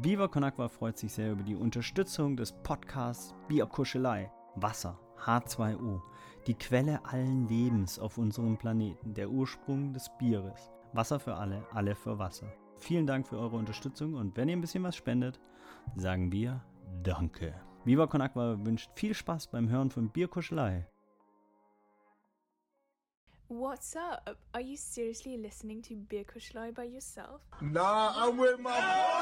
Viva Con Agua freut sich sehr über die Unterstützung des Podcasts Bierkuschelei. Wasser, H2O, die Quelle allen Lebens auf unserem Planeten, der Ursprung des Bieres. Wasser für alle, alle für Wasser. Vielen Dank für eure Unterstützung und wenn ihr ein bisschen was spendet, sagen wir Danke. Viva Con Agua wünscht viel Spaß beim Hören von Bierkuschelei. What's up? Are you seriously listening to Bierkuschelei by yourself? Nah, I'm with my...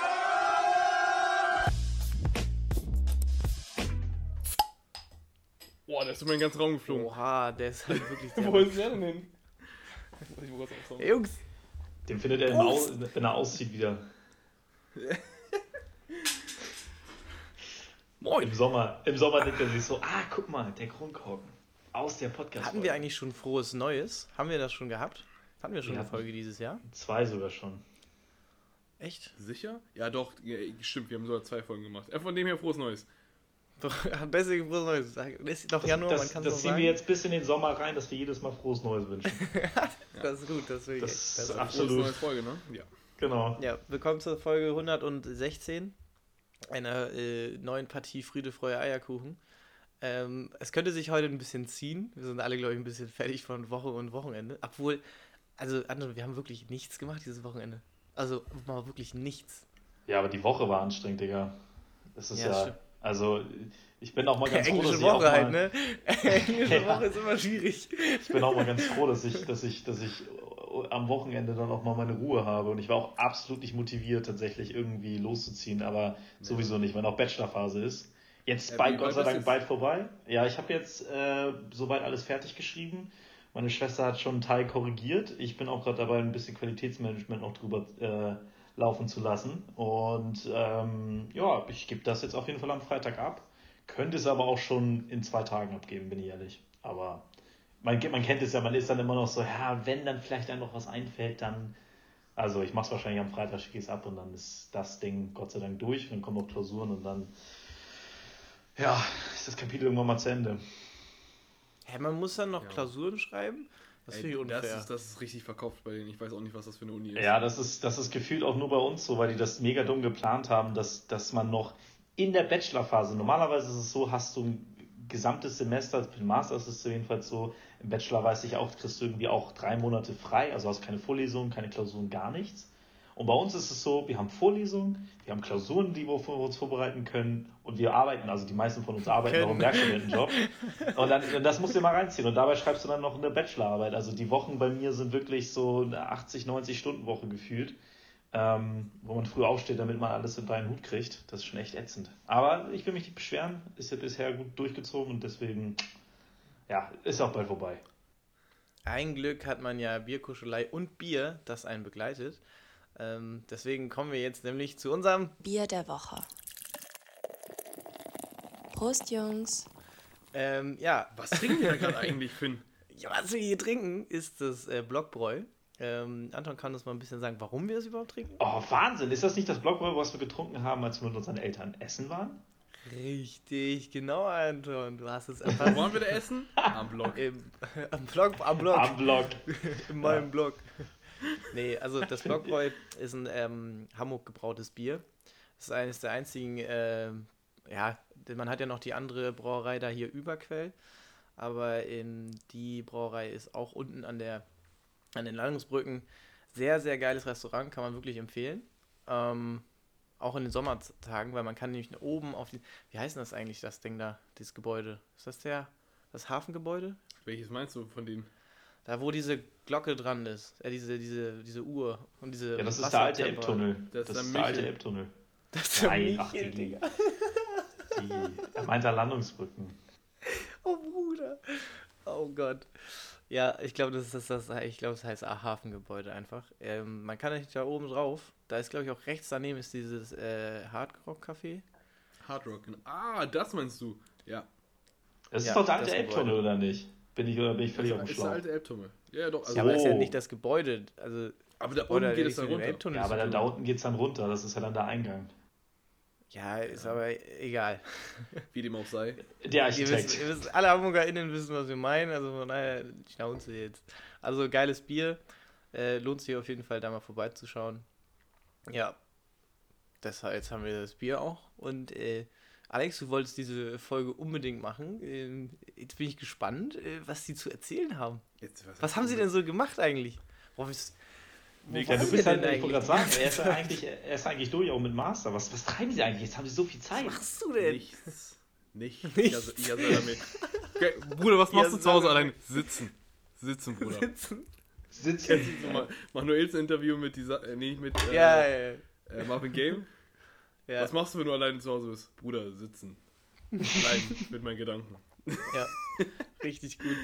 Boah, der ist über den ganzen Raum geflogen. Oha, der ist halt wirklich der... Wo ist der denn hin? Hey, Jungs! Den findet er, wenn er auszieht, wieder. Moin! Im Sommer denkt er sich so, guck mal, der Kronkorken aus der Podcast-Folge. Hatten wir eigentlich schon frohes Neues? Haben wir das schon gehabt? Hatten wir schon Ja. eine Folge dieses Jahr? 2 sogar schon. Echt? Sicher? Ja doch, ja, stimmt, wir haben sogar 2 Folgen gemacht. Von dem her frohes Neues. Doch, deswegen frohes Neues. Es ist doch Januar, man kann es Das noch ziehen sagen. wir jetzt bis in den Sommer rein, dass wir jedes Mal frohes Neues wünschen. Das ist gut, das will ich. Das Das ist ist absolut. Frohes neues Folge, ne? Ja. Genau. Ja, willkommen zur Folge 116, einer neuen Partie Friede, Freude, Eierkuchen. Es könnte sich heute ein bisschen ziehen. Wir sind alle, glaube ich, ein bisschen fertig von Woche und Wochenende. Obwohl, also Anton, wir haben wirklich nichts gemacht dieses Wochenende. Also mal wirklich nichts. Ja, aber die Woche war anstrengend, Digga. Das ist Ja, ja, stimmt. also ich bin auch mal ganz froh, dass Englische ich auch Woche halt, mal, ne? Englische Ja. Woche ist immer schwierig. ich bin auch mal ganz froh, dass ich am Wochenende dann auch mal meine Ruhe habe. Und ich war auch absolut nicht motiviert, tatsächlich irgendwie loszuziehen, aber sowieso nicht, weil auch Bachelorphase ist. Jetzt Ja, bald, wie Gott weit sei bist Dank du bald vorbei. Ja, ich habe jetzt soweit alles fertig geschrieben. Meine Schwester hat schon einen Teil korrigiert. Ich bin auch gerade dabei, ein bisschen Qualitätsmanagement noch drüber laufen zu lassen. Und ja, ich gebe das jetzt auf jeden Fall am Freitag ab. Könnte es aber auch schon in 2 Tagen abgeben, bin ich ehrlich. Aber man kennt es ja, man ist dann immer noch so, ja, wenn dann vielleicht einem noch was einfällt, dann... Also ich mache es wahrscheinlich am Freitag, schicke ich es ab und dann ist das Ding Gott sei Dank durch. Dann kommen auch Klausuren und dann... Ja, ist das Kapitel irgendwann mal zu Ende. Hä, man muss dann noch Ja. Klausuren schreiben? Das finde ich unfair. Das ist richtig verkauft bei denen. Ich weiß auch nicht, was das für eine Uni ist. Ja, das ist gefühlt auch nur bei uns so, weil die das mega dumm geplant haben, dass man noch in der Bachelorphase, normalerweise ist es so, hast du ein gesamtes Semester, für den Master ist es jedenfalls so, im Bachelor weiß ich auch, kriegst du irgendwie auch 3 Monate frei, also hast keine Vorlesungen, keine Klausuren, gar nichts. Und bei uns ist es so, wir haben Vorlesungen, wir haben Klausuren, die wir uns vorbereiten können und wir arbeiten, also die meisten von uns arbeiten auch im Werkstudentenjob. Und das musst du dir mal reinziehen und dabei schreibst du dann noch eine Bachelorarbeit. Also die Wochen bei mir sind wirklich so eine 80, 90 Stunden Woche gefühlt, wo man früh aufsteht, damit man alles unter einen Hut kriegt. Das ist schon echt ätzend. Aber ich will mich nicht beschweren, ist ja bisher gut durchgezogen und deswegen, ja, ist auch bald vorbei. Ein Glück hat man ja Bierkuschelei und Bier, das einen begleitet. Deswegen kommen wir jetzt nämlich zu unserem Bier der Woche. Prost, Jungs. ja, Was trinken wir da gerade eigentlich, Finn? ja, was wir hier trinken, ist das Blockbräu. Anton kann uns mal ein bisschen sagen, warum wir es überhaupt trinken? Oh, Wahnsinn! Ist das nicht das Blockbräu, was wir getrunken haben, als wir mit unseren Eltern essen waren? Richtig, genau, Anton. Du hast es Wo erfasst. waren wir da essen? Am Block. Am Block. Am Block. In meinem Block. Nee, also das Blockbräu ist ein Hamburg gebrautes Bier. Das ist eines der einzigen, ja, man hat ja noch die andere Brauerei da hier Überquell, aber die Brauerei ist auch unten an den Landungsbrücken. Sehr, sehr geiles Restaurant, kann man wirklich empfehlen. Auch in den Sommertagen, weil man kann nämlich oben auf wie heißt denn das eigentlich, das Ding da, dieses Gebäude? Ist das das Hafengebäude? Welches meinst du von denen? Da, wo diese Glocke dran ist, diese Uhr und diese Ja, das ist der alte Wassertemper. Elbtunnel. Das ist Das ist der der alte Michel. Elbtunnel. Das ist der Nein, ach, Michel, die- Digga. Er meint da Landungsbrücken. Oh, Bruder. Oh Gott. Ja, ich glaube, das heißt Hafengebäude einfach. Man kann nicht da oben drauf. Da ist, glaube ich, auch rechts daneben ist dieses Hard Rock Café. Hard Rock. Das meinst du? Ja. Das ist Ja, doch der das alte Elbtunnel, Gebäude. oder nicht? Bin ich völlig auf dem Das ist der Schlauch? alte Elbtunnel. Ja, doch. Also, Ja, aber das ist ja Oh. nicht das Gebäude. Also, aber da oder unten geht es nichts dann mit dem runter. Elbtunnel Ja, aber zu dann tun. da unten geht es dann runter. Das ist ja dann der Eingang. Ja, ist aber egal. Wie dem auch sei. Der Architekt. Ihr wisst, alle HamburgerInnen wissen, was wir meinen. Also von daher, Schnauze jetzt. Also geiles Bier. Lohnt sich auf jeden Fall, da mal vorbeizuschauen. Ja. jetzt haben wir das Bier auch. Und Alex, du wolltest diese Folge unbedingt machen. Jetzt bin ich gespannt, was die zu erzählen haben. Was haben sie denn so gemacht eigentlich? Ja, du bist halt, ich wollte gerade sagen, er ist eigentlich durch auch mit Master. Was treiben sie eigentlich? Jetzt haben sie so viel Zeit. Was machst du denn? Nichts. Okay, Bruder, was machst du zu Hause allein? Sitzen, Bruder. Sitzen. Manuels Interview mit Marvin Game. Ja. Was machst du, wenn du alleine zu Hause bist? Bruder, sitzen. Bleiben mit meinen Gedanken. Ja, richtig gut.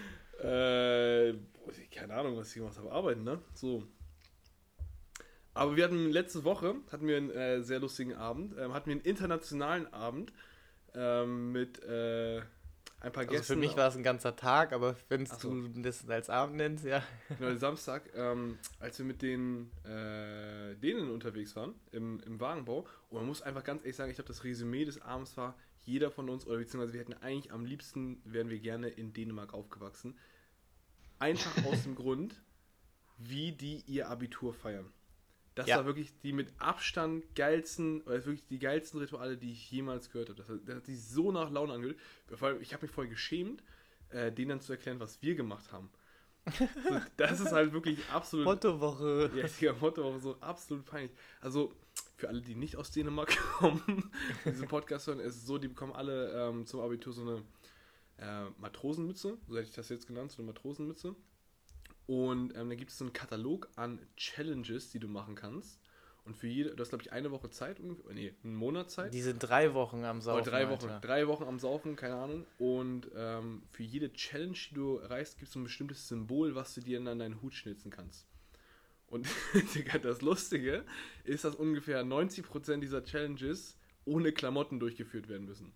Keine Ahnung, was ich gemacht habe. Arbeiten, ne? So. Aber wir hatten letzte Woche einen sehr lustigen Abend. Hatten wir einen internationalen Abend mit ein paar Gästen. Also für mich war es ein ganzer Tag, aber wenn du das als Abend nennst, ja. Genau, Samstag, als wir mit den Dänen unterwegs waren, im Wagenbau. Und man muss einfach ganz ehrlich sagen, ich glaube, das Resümee des Abends war, jeder von uns, oder beziehungsweise wir hätten eigentlich am liebsten, wären wir gerne in Dänemark aufgewachsen. Einfach aus dem Grund, wie die ihr Abitur feiern. Das war wirklich die mit Abstand geilsten, oder wirklich die geilsten Rituale, die ich jemals gehört habe. Das hat sich so nach Laune angehört. Vor allem, ich habe mich voll geschämt, denen dann zu erklären, was wir gemacht haben. So, das ist halt wirklich absolut... Mottowoche. Ja, die Mottowoche, so absolut peinlich. Also, für alle, die nicht aus Dänemark kommen, diese Podcast hören, ist es so, die bekommen alle zum Abitur so eine Matrosenmütze, so hätte ich das jetzt genannt, so eine Matrosenmütze. Und dann gibt es so einen Katalog an Challenges, die du machen kannst. Und für jede, du hast, glaube ich, eine Woche Zeit, einen Monat Zeit. Die sind 3 Wochen am Saufen. 3 Wochen am Saufen, keine Ahnung. Und für jede Challenge, die du erreichst, gibt es so ein bestimmtes Symbol, was du dir dann an deinen Hut schnitzen kannst. Und das Lustige ist, dass ungefähr 90% dieser Challenges ohne Klamotten durchgeführt werden müssen.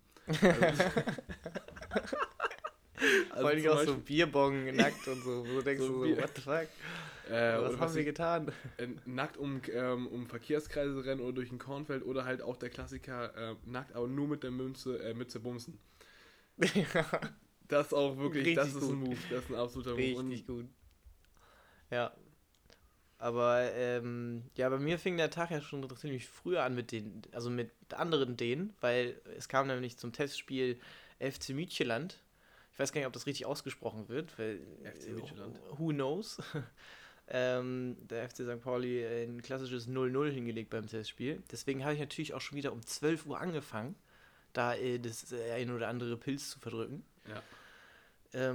Vor allem auch so Bierbong nackt und so, wo du denkst so, what the fuck? Was haben sie getan? Nackt um Verkehrskreise rennen oder durch ein Kornfeld oder halt auch der Klassiker, nackt, aber nur mit der Mütze bumsen. Das ist auch wirklich, richtig das ist gut. Ein Move, das ist ein absoluter Move. Richtig gut. Ja. Aber, bei mir fing der Tag ja schon ziemlich früher an mit anderen Dänen, weil es kam nämlich zum Testspiel FC Midtjylland. Ich weiß gar nicht, ob das richtig ausgesprochen wird, weil who knows? Der FC St. Pauli ein klassisches 0-0 hingelegt beim Testspiel. Deswegen habe ich natürlich auch schon wieder um 12 Uhr angefangen, da das ein oder andere Pilz zu verdrücken. Ja.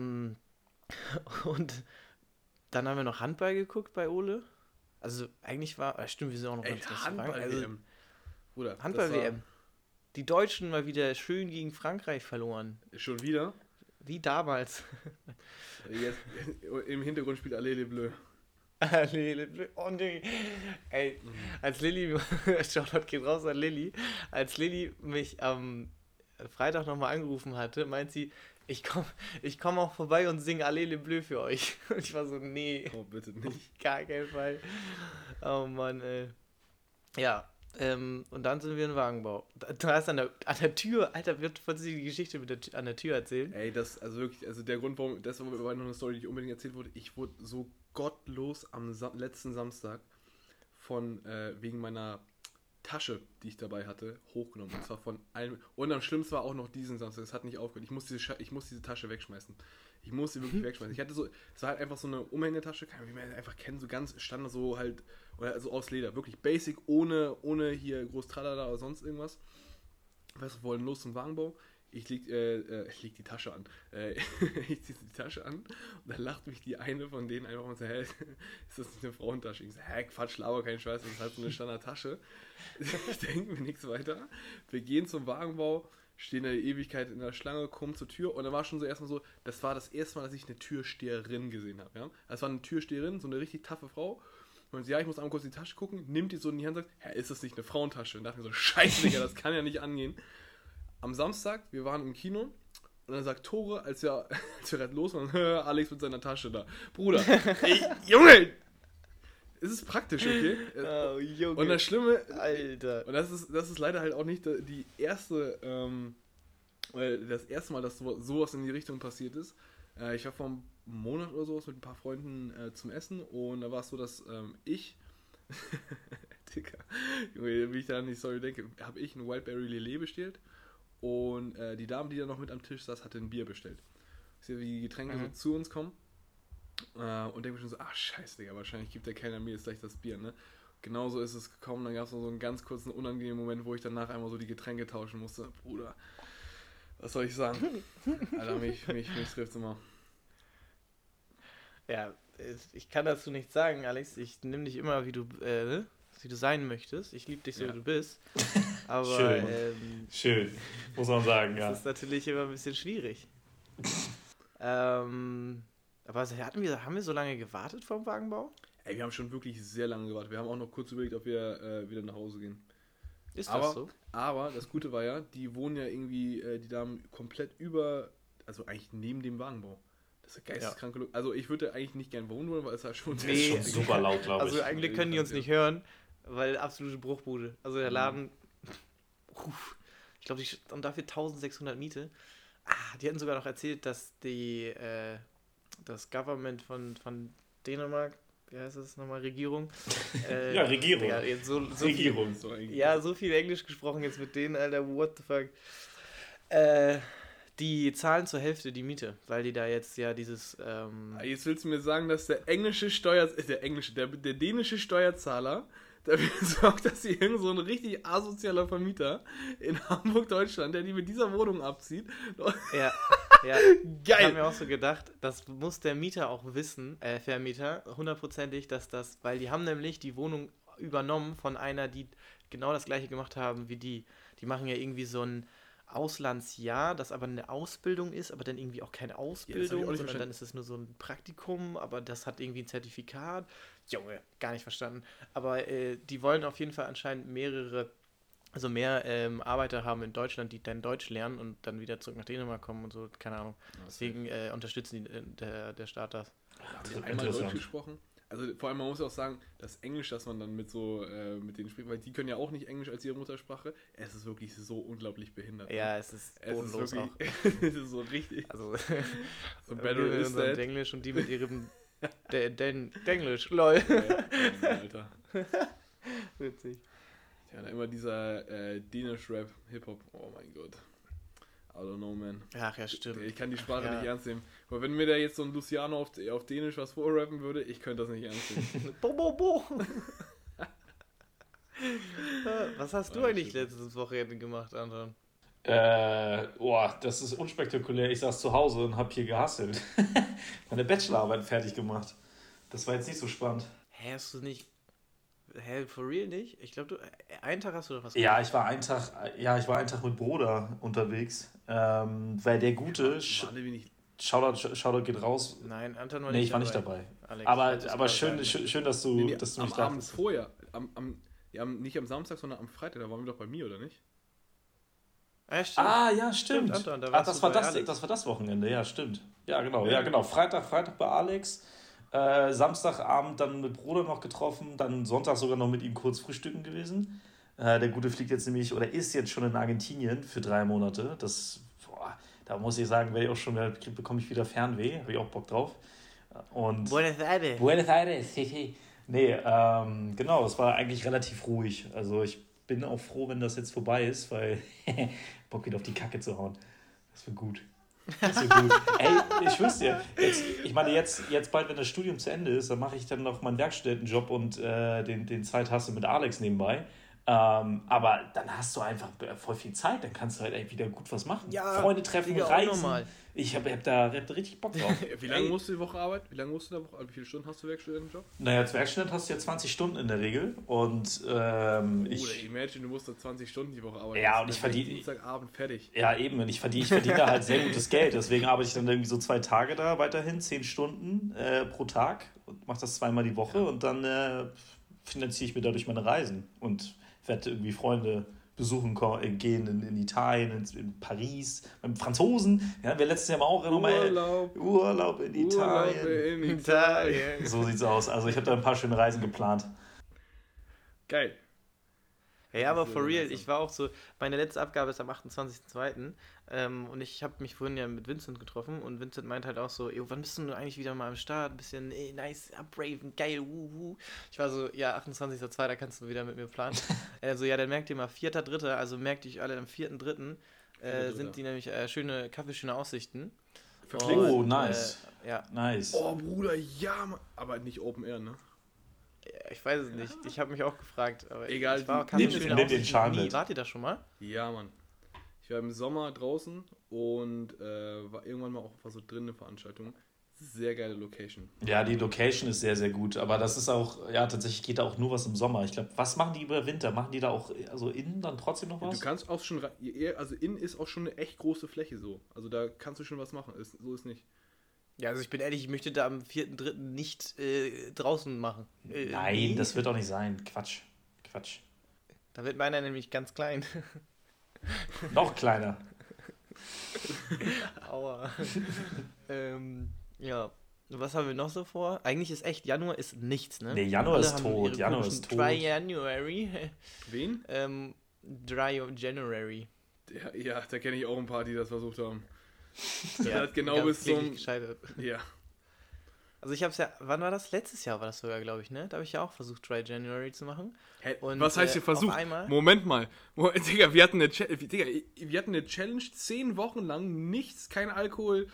Und dann haben wir noch Handball geguckt bei Ole. Also eigentlich stimmt, wir sind auch noch ganz Handball-WM. Also, Handball-WM. Die Deutschen mal wieder schön gegen Frankreich verloren. Schon wieder? Wie damals. Jetzt, im Hintergrund spielt Allez Bleu. Allez Bleu. Oh nee. Ey, als Lilly, Shoutout geht raus an Lilly, als Lilly mich am Freitag nochmal angerufen hatte, meint sie, ich komm auch vorbei und singe Allez Bleu für euch. Und ich war so, nee. Oh, bitte nicht. Gar keinen Fall. Oh Mann, ey. Ja. Und dann sind wir im Wagenbau. Da ist an der Tür, Alter, wird von sich die Geschichte an der Tür erzählen. Ey, der Grund, warum, das war noch eine Story, die unbedingt erzählt wurde, ich wurde so gottlos am letzten Samstag wegen meiner Tasche, die ich dabei hatte, hochgenommen. Und zwar von allem, und am schlimmsten war auch noch diesen Samstag, es hat nicht aufgehört, ich muss diese Tasche wegschmeißen. Ich muss sie wirklich wegschmeißen. Ich hatte es war halt einfach so eine Umhängetasche, wie man einfach kennt, so ganz Standard, so halt, oder also aus Leder, wirklich basic, ohne hier groß Tralala oder sonst irgendwas. Weißt du, wir wollen los zum Wagenbau. Ich leg die Tasche an. Ich ziehe die Tasche an und dann lacht mich die eine von denen einfach und sagt, hä, ist das nicht eine Frauentasche? Ich sage, Quatsch, laber, kein Scheiß, das ist halt so eine Standardtasche. Ich denke mir nichts weiter. Wir gehen zum Wagenbau, stehen eine Ewigkeit in der Schlange, kommen zur Tür und dann war schon so erstmal so, das war das erste Mal, dass ich eine Türsteherin gesehen habe. Ja? Das war eine Türsteherin, so eine richtig taffe Frau. Und sie, ja, ich muss einmal kurz in die Tasche gucken, nimmt die so in die Hand und sagt, hä, ist das nicht eine Frauentasche? Und dachte mir so, scheiße, Digga, das kann ja nicht angehen. Am Samstag, wir waren im Kino und dann sagt Tore, als wir gerade los waren, Alex mit seiner Tasche da. Bruder, ey, Junge! Es ist praktisch, okay? Oh, Junge. Und das Schlimme, Alter. und das ist leider halt auch nicht die erste, das erste Mal, dass sowas in die Richtung passiert ist. Ich war vor einem Monat oder sowas mit ein paar Freunden zum Essen und da war es so, dass ich Dicker. Junge, wie ich da an die Story denke, habe ich ein Wildberry Lillet bestellt und die Dame, die da noch mit am Tisch saß, hatte ein Bier bestellt. Ich sehe, wie die Getränke so zu uns kommen und denke mir schon so, ach scheiße, Digga, wahrscheinlich gibt der Kellner mir jetzt gleich das Bier, ne? Genauso ist es gekommen, dann gab es noch so einen ganz kurzen, unangenehmen Moment, wo ich danach einmal so die Getränke tauschen musste. Bruder, was soll ich sagen? Alter, mich trifft's immer. Ja, ich kann dazu nichts sagen, Alex. Ich nehme dich immer, wie du sein möchtest. Ich liebe dich so, wie du bist. Aber Schön, muss man sagen, ja. Das ist natürlich immer ein bisschen schwierig. Aber haben wir so lange gewartet vom Wagenbau? Ey, wir haben schon wirklich sehr lange gewartet. Wir haben auch noch kurz überlegt, ob wir wieder nach Hause gehen. Ist das so? Aber das Gute war ja, die wohnen ja irgendwie, die Damen komplett also eigentlich neben dem Wagenbau. Das ist ja geisteskrank. Ja. Also ich würde eigentlich nicht gern wohnen wollen, weil es halt schon super laut, glaube ich. Also eigentlich können die uns nicht hören, weil absolute Bruchbude. Also der Laden, ich glaube, und dafür 1600 Miete. Die hatten sogar noch erzählt, dass das Government von Dänemark, wie heißt das nochmal, Regierung? Regierung. Ja, jetzt Regierung. So viel Englisch gesprochen jetzt mit denen, Alter, what the fuck. Die zahlen zur Hälfte die Miete, weil die da jetzt ja dieses... Jetzt willst du mir sagen, dass der dänische Steuerzahler dafür sorgt, dass sie irgend so ein richtig asozialer Vermieter in Hamburg, Deutschland, der die mit dieser Wohnung abzieht. Ja. Geil. Ich habe mir auch so gedacht, das muss der Mieter auch wissen, Vermieter, hundertprozentig, weil die haben nämlich die Wohnung übernommen von einer, die genau das gleiche gemacht haben wie die. Die machen ja irgendwie so ein Auslandsjahr, das aber eine Ausbildung ist, aber dann irgendwie auch keine Ausbildung, sondern dann ist es nur so ein Praktikum, aber das hat irgendwie ein Zertifikat. Junge, gar nicht verstanden. Aber die wollen auf jeden Fall anscheinend mehr Arbeiter haben in Deutschland, die dann Deutsch lernen und dann wieder zurück nach Dänemark kommen und so, keine Ahnung. Deswegen unterstützen der Staat das. Haben die einmal Deutsch gesprochen? Also vor allem, man muss ja auch sagen, das Englisch, das man dann mit denen spricht, weil die können ja auch nicht Englisch als ihre Muttersprache, es ist wirklich so unglaublich behindert. Ja, es ist bodenlos auch. Es ist so richtig. Also, so better is that. Englisch und die mit ihrem Denglisch, lol. Ja, Alter. Witzig. Ja, dann immer dieser Dänisch-Rap, Hip-Hop, oh mein Gott. I don't know, man. Ach ja, stimmt. Ich kann die Sprache nicht ernst nehmen. Aber wenn mir da jetzt so ein Luciano auf Dänisch was vorrappen würde, ich könnte das nicht ernst nehmen. Bo. Was hast du eigentlich letztes Wochenende gemacht, Anton? Das ist unspektakulär. Ich saß zu Hause und habe hier gehustelt. Meine Bachelorarbeit fertig gemacht. Das war jetzt nicht so spannend. Hast du nicht... for real nicht? Ich glaube, einen Tag hast du doch was gemacht. Ja, ich war einen Tag mit Bruder unterwegs, weil der Gute, Shoutout geht raus. Nein, Anton war nicht dabei. Nee, ich war nicht dabei. Alex, aber schön, dass du mich da am Abend vorher, nicht am Samstag, sondern am Freitag, da waren wir doch bei mir, oder nicht? Ja, stimmt. Anton, das war das Wochenende, ja, stimmt. Ja, genau. Freitag bei Alex. Samstagabend dann mit Bruder noch getroffen, dann Sonntag sogar noch mit ihm kurz frühstücken gewesen. Der Gute fliegt jetzt nämlich, oder ist jetzt schon in Argentinien für 3 Monate. Da muss ich sagen, bekomme ich wieder Fernweh, habe ich auch Bock drauf. Und Buenos Aires. Nee, genau, es war eigentlich relativ ruhig. Also ich bin auch froh, wenn das jetzt vorbei ist, weil Bock wieder auf die Kacke zu hauen. Das wird gut. Das ist gut. Ey, ich wüsste jetzt bald, wenn das Studium zu Ende ist, dann mache ich dann noch meinen Werkstudentenjob und den Zeithassel mit Alex nebenbei. Aber dann hast du einfach voll viel Zeit, dann kannst du halt echt wieder gut was machen. Ja, Freunde treffen, reisen. Ich hab da richtig Bock drauf. Wie lange musst du die Woche arbeiten? Wie viele Stunden hast du Werkstudentenjob? Naja, als Werkstudent hast du ja 20 Stunden in der Regel. Und imagine, du musst da 20 Stunden die Woche arbeiten. Ja, und ich verdiene... Dienstagabend fertig. Ja, eben. Und ich verdiene da halt sehr gutes Geld. Deswegen arbeite ich dann irgendwie so 2 Tage da weiterhin, 10 Stunden pro Tag. Und mache das 2-mal die Woche. Und dann finanziere ich mir dadurch meine Reisen. Und werde irgendwie Freunde besuchen gehen in Italien, in Paris, beim Franzosen. Ja, wir letztes Jahr mal auch Urlaub in Italien. So sieht's aus. Also ich habe da ein paar schöne Reisen geplant. Geil. Ja, aber Das ist for real, langsam. ich war auch so, meine letzte Abgabe ist am 28.02. Und ich habe mich vorhin ja mit Vincent getroffen und Vincent meint halt auch so, "Ey, wann bist du eigentlich wieder mal am Start? Ein bisschen nice, abraven, geil, wuhu." Ich war so, ja, 28.02. kannst du wieder mit mir planen. Also ja, dann merkt ihr mal, 4.03., also merkt euch alle am 4.03. 4.3.. Sind die nämlich schöne schöne Aussichten. Verpflegt. Oh, nice. Ja, Nice. Oh, Bruder, ja, Mann. Aber nicht Open Air, ne? ich weiß es nicht. Ich habe mich auch gefragt. Aber Egal, ich war nimm schöne den Aussichten Schal nie. mit. Wart ihr da schon mal? Ja, Mann. Ich war im Sommer draußen und war irgendwann mal auch so drin eine Veranstaltung. Sehr geile Location. Ja, die Location ist sehr, sehr gut. Aber das ist auch, ja, tatsächlich geht da auch nur was im Sommer. Ich glaube, was machen die über Winter? Machen die da auch, also innen dann trotzdem noch Ja, was? du kannst auch schon, also innen ist auch schon eine echt große Fläche so. Also da kannst du schon was machen. So ist nicht. Ja, also ich bin ehrlich, ich möchte da am 4.3. nicht draußen machen. Nein, Nee. das wird auch nicht sein. Quatsch. Quatsch. Da wird meiner nämlich ganz klein. Noch kleiner. Aua. Ja. Was haben wir noch so vor? Eigentlich ist echt, Januar ist nichts, ne? Nee, Januar Alle ist haben tot. ihre Januar komischen ist tot. Dry January. Wen? Dry January. Ja, da kenne ich auch ein paar, die das versucht haben. Ja, hat genau ganz bis kläglich zum- gescheitert. Ja. Also ich hab's ja, wann war das? Letztes Jahr war das sogar, glaube ich, ne? Da habe ich ja auch versucht, Dry January zu machen. Hä, Und, was heißt hier auf versucht? einmal- Moment mal. Digga, wir hatten eine Challenge 10 Wochen lang, nichts, kein Alkohol.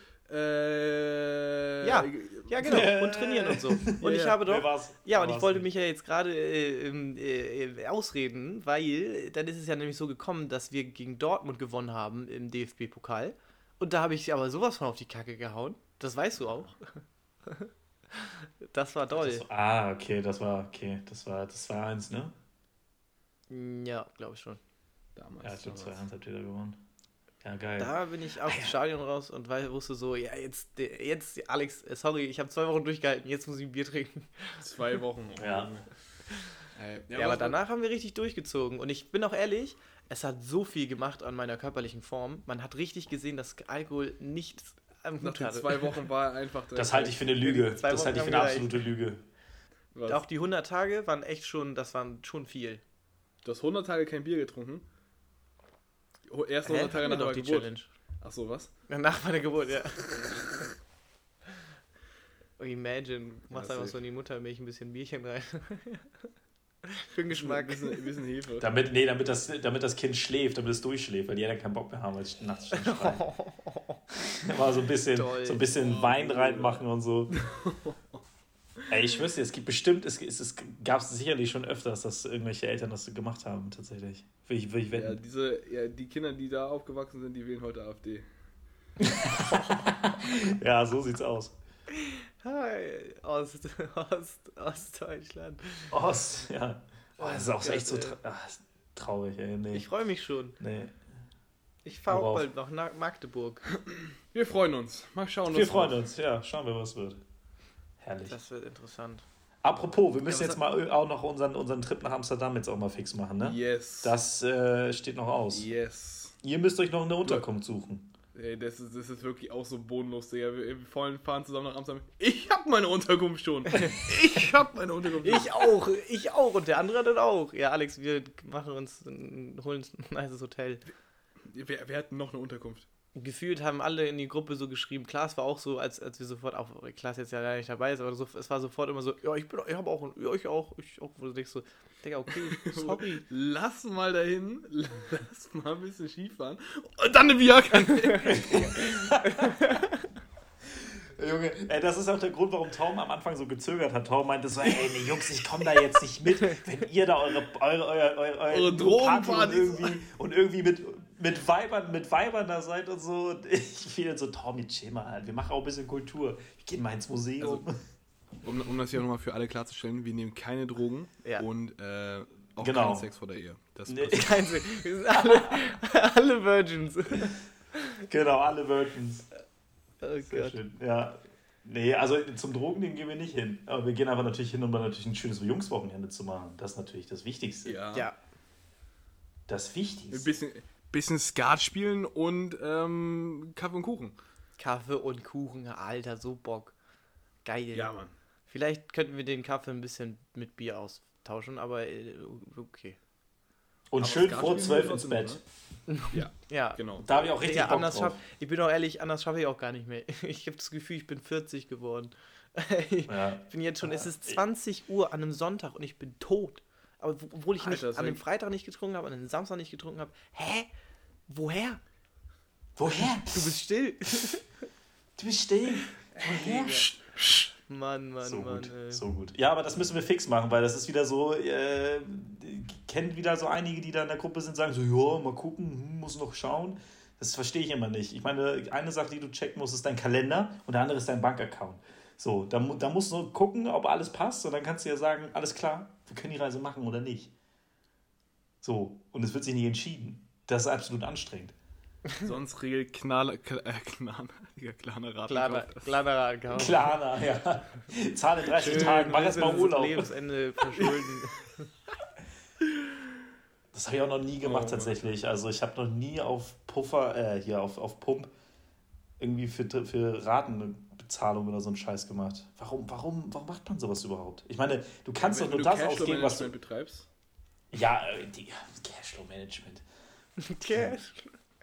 Ja, genau. Und trainieren und so. Und ich habe Wer doch... war's? Ja, Wer und ich war's wollte nicht? mich ja jetzt gerade ausreden, weil dann ist es ja nämlich so gekommen, dass wir gegen Dortmund gewonnen haben im DFB-Pokal. Und da habe ich aber sowas von auf die Kacke gehauen. Das weißt du auch. Das war doll. Okay, das war 2-1, ne? Ja, glaube ich schon. Damals. Ja, ich glaube 2-1 habt ihr da gewonnen. Ja, geil. Da bin ich aus dem Stadion raus und wusste so, ja, jetzt Alex, sorry, ich habe 2 Wochen durchgehalten, jetzt muss ich ein Bier trinken. 2 Wochen. Oh, Ja. Junge. Ja, aber danach haben wir richtig durchgezogen. Und ich bin auch ehrlich, es hat so viel gemacht an meiner körperlichen Form. Man hat richtig gesehen, dass Alkohol nichts am Nach Hut den hatte. 2 Wochen war er einfach... Das halte ich für eine Lüge. 2 Das Wochen halte ich für haben eine gereicht. absolute Lüge. Was? Auch die 100 Tage waren echt schon, das waren schon viel. Du hast 100 Tage kein Bier getrunken? Erst 100 Tage Hatten wir nach doch der die Geburt. Challenge. Ach so, was? Nach meiner Geburt, ja. Oh, imagine, du machst Ja, einfach safe. so in die Muttermilch ein bisschen Bierchen rein. Für den Geschmack. Bisschen Hefe. Damit das Kind schläft, damit es durchschläft, weil die ja dann keinen Bock mehr haben, weil es nachts schon schreien. Mal so ein Toll. bisschen Wein reinmachen und so. Ey, ich wüsste, es gibt bestimmt, es gab es sicherlich schon öfters, dass irgendwelche Eltern das gemacht haben, tatsächlich. Will ich Ja, wetten. die Kinder, die da aufgewachsen sind, die wählen heute AfD. Ja, so sieht's aus. Hi, Ostdeutschland. Ja. Oh, das ist auch Gott, echt so ey. traurig, ey. Nee. Ich freue mich schon. Nee. Ich fahre auch Worauf? bald nach Magdeburg. Wir freuen uns. Mal schauen, Wir was freuen wird. uns, ja. Schauen wir, was wird. Herrlich. Das wird interessant. Apropos, wir müssen Ja, jetzt mal auch noch unseren Trip nach Amsterdam jetzt auch mal fix machen, ne? Yes. Das steht noch aus. Yes. Ihr müsst euch noch eine Unterkunft suchen. Ey, das ist wirklich auch so bodenlos, Digga. Wir fahren zusammen nach Amsterdam. Ich hab meine Unterkunft schon. Ich hab meine Unterkunft schon. Ich auch und der andere dann auch. Ja, Alex, wir holen uns ein nices Hotel. Wer hat noch eine Unterkunft? Gefühlt haben alle in die Gruppe so geschrieben, Klaas war auch so, als wir sofort, auch Klaas jetzt ja gar nicht dabei ist, aber so, es war sofort immer so, ja, ich habe auch, ja, ich auch, wo du denkst so, Digga, okay, sorry. Lass mal dahin, lass mal ein bisschen Ski fahren und dann eine Bier-Kanne. Junge, ey, das ist auch der Grund, warum Tom am Anfang so gezögert hat. Tom meinte so, ey, nee, Jungs, ich komme da jetzt nicht mit, wenn ihr da eure Drogenpartys und irgendwie mit Weibern da seid und so. Und ich fiel so, Tommy, chill mal halt, wir machen auch ein bisschen Kultur. Wir gehen mal ins Museum. Um das hier nochmal für alle klarzustellen, wir nehmen keine Drogen Ja. und auch Genau. keinen Sex vor der Ehe. Das Nee. Kein Sinn. Wir sind alle Virgins. Genau, alle Virgins. Oh Sehr Gott. schön, ja. Nee, also zum Drogennehmen gehen wir nicht hin. Aber wir gehen aber natürlich hin, um dann natürlich ein schönes Jungswochenende zu machen. Das ist natürlich das Wichtigste. Ja, Das Ein Wichtigste. bisschen Skat spielen und Kaffee und Kuchen. Kaffee und Kuchen, Alter, so Bock. Geil. Mann. Vielleicht könnten wir den Kaffee ein bisschen mit Bier austauschen, aber okay. Und Aber schön Skat vor spielen 12 wir ins trotzdem, Bett. Ja, Ja. genau. Da habe ich auch richtig Digga, Bock anders drauf. ich bin auch ehrlich, anders schaffe ich auch gar nicht mehr. Ich habe das Gefühl, ich bin 40 geworden. Ich Ja. bin jetzt schon, es ist 20 Uhr an einem Sonntag und ich bin tot. Aber obwohl ich nicht Alter, an einem Freitag nicht getrunken habe, an einem Samstag nicht getrunken habe. Hä? Woher? Woher? Du bist still. Du bist still. Woher? Mann, So Mann, gut, ey. so gut. Ja, aber das müssen wir fix machen, weil das ist wieder so, kennt wieder so einige, die da in der Gruppe sind, sagen so, ja, mal gucken, muss noch schauen. Das verstehe ich immer nicht. Ich meine, eine Sache, die du checken musst, ist dein Kalender und der andere ist dein Bankaccount. So, da musst du gucken, ob alles passt und dann kannst du ja sagen, alles klar, wir können die Reise machen oder nicht. So, und es wird sich nicht entschieden. Das ist absolut anstrengend. Sonst regelt Klarna Raten. Klarer Account. Klarna, ja. Zahle 30 Tagen, mach erst mal Urlaub. Lebensende verschulden. Das habe ich auch noch nie gemacht tatsächlich. Also ich habe noch nie auf Puffer, auf Pump irgendwie für Ratenbezahlung oder so einen Scheiß gemacht. Warum macht man sowas überhaupt? Ich meine, du kannst doch nur das ausgeben, was du betreibst. Ja, Cashflow-Management. Cash.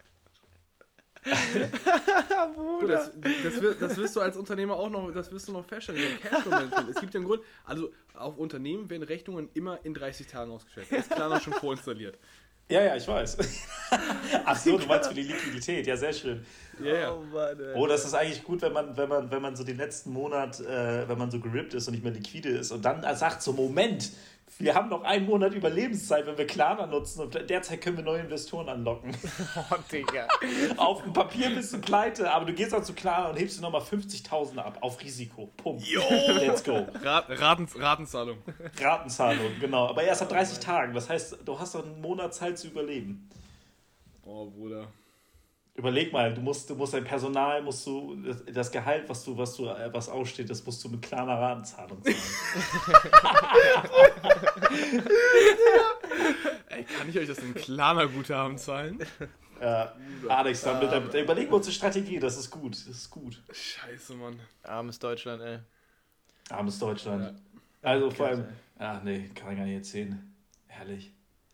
Du, das wirst du als Unternehmer auch noch, das wirst du noch feststellen. Cashflow-Management. Es gibt ja einen Grund, also auf Unternehmen werden Rechnungen immer in 30 Tagen ausgestellt. Das ist klar noch schon vorinstalliert. Ja, ich weiß. Ach so, du meinst für die Liquidität. Ja, sehr schön. Ja. Oh Mann, ey. Oh, das ist eigentlich gut, wenn man so den letzten Monat, wenn man so gerippt ist und nicht mehr liquide ist und dann sagt so, Moment, wir haben noch einen Monat Überlebenszeit, wenn wir Klarna nutzen und derzeit können wir neue Investoren anlocken. Oh, Digga. Auf dem Papier bist du pleite, aber du gehst auch zu Klarna und hebst dir nochmal 50.000 ab auf Risiko. Pump. Let's go. Ratenzahlung. Ratenzahlung, genau. Aber erst ab 30 Tagen. Das heißt, du hast doch einen Monat Zeit zu überleben. Oh, Bruder. Überleg mal, du musst dein Personal, das Gehalt, was aussteht, das musst du mit Klarna Ratenzahlung zahlen. Ey, kann ich euch das in Klarna-Guthaben zahlen? Alex, dann überlegen wir uns eine Strategie, das ist gut. Scheiße, Mann. Armes Deutschland, ey. Armes Deutschland. Ja. Also vor allem, ach nee, kann ich gar nicht erzählen. Herrlich.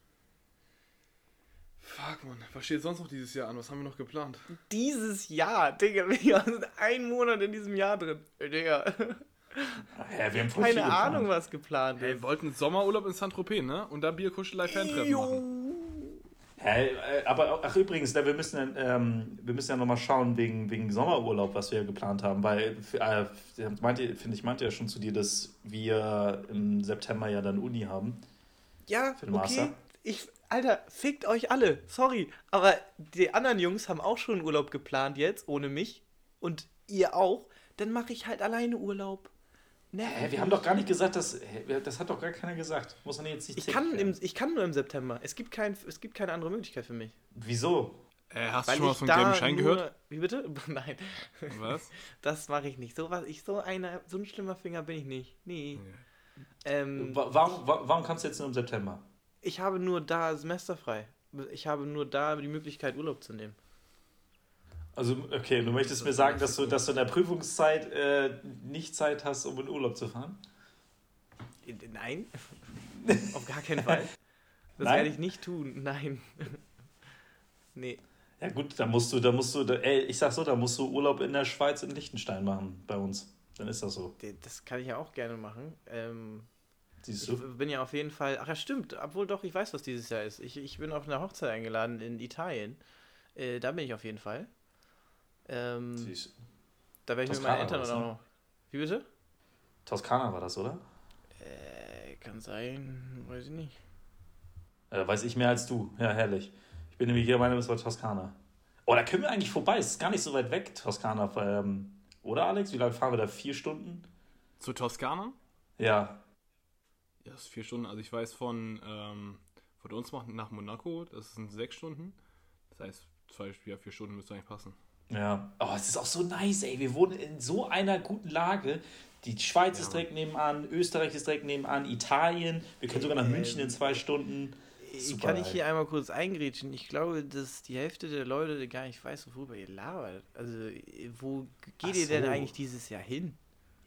Fuck, Mann. Was steht sonst noch dieses Jahr an? Was haben wir noch geplant? Dieses Jahr, Digga, wir sind einen Monat in diesem Jahr drin. Digga. Ja, wir haben voll viel Keine Ahnung, geplant. was geplant Wir ist. wollten Sommerurlaub in Saint-Tropez, ne? Und da Bierkuschelei-Fantreffen machen. Aber übrigens, wir müssen ja nochmal schauen wegen Sommerurlaub, was wir geplant haben, weil meinte ja schon zu dir, dass wir im September ja dann Uni haben. Ja, Für den Master. okay. Alter, fickt euch alle. Sorry. Aber die anderen Jungs haben auch schon Urlaub geplant jetzt, ohne mich. Und ihr auch. Dann mache ich halt alleine Urlaub. Wir haben doch gar nicht gesagt, das hat doch gar keiner gesagt. Muss man jetzt nicht Ich kann nur im September. Es gibt keine andere Möglichkeit für mich. Wieso? Hast Weil du schon mal ich von da gelben Schein nur, gehört? Wie bitte? Nein. Was? Das mache ich nicht. So ein schlimmer Finger bin ich nicht. Nee. Warum kannst du jetzt nur im September? Ich habe nur da semesterfrei. Ich habe nur da die Möglichkeit, Urlaub zu nehmen. Also, okay, du möchtest mir sagen, dass du in der Prüfungszeit nicht Zeit hast, um in Urlaub zu fahren? Nein. Auf gar keinen Fall. Das Nein? werde ich nicht tun. Nein. Nee. Ja gut, da musst du, ich sag so, da musst du Urlaub in der Schweiz in Liechtenstein machen, bei uns. Dann ist das so. Das kann ich ja auch gerne machen. Siehst Ich du? bin ja auf jeden Fall... Ach ja, stimmt. Obwohl doch, ich weiß, was dieses Jahr ist. Ich bin auf eine Hochzeit eingeladen in Italien. Da bin ich auf jeden Fall. Siehst du. Da werde ich mit Toskana meinen Eltern war das, auch ne? noch... Wie bitte? Toskana war das, oder? Kann sein. Weiß ich nicht. Weiß ich mehr als du. Ja, herrlich. Ich bin nämlich hier, meine, das war Toskana. Oh, da können wir eigentlich vorbei. Es ist gar nicht so weit weg, Toskana. Oder, Alex? Wie lange fahren wir da? 4 Stunden? Zu Toskana? Ja. Ja, das ist 4 Stunden. Also ich weiß von uns nach Monaco, das sind 6 Stunden. Das heißt, 4 Stunden müsste eigentlich passen. Ja. Oh, es ist auch so nice, ey. Wir wohnen in so einer guten Lage. Die Schweiz ist direkt nebenan, Österreich ist direkt nebenan, Italien. Wir können sogar nach München in 2 Stunden. Super, kann ich hier einmal kurz eingrätschen? Ich glaube, dass die Hälfte der Leute gar nicht weiß, worüber ihr labert. Also, wo geht ihr denn so. eigentlich dieses Jahr hin?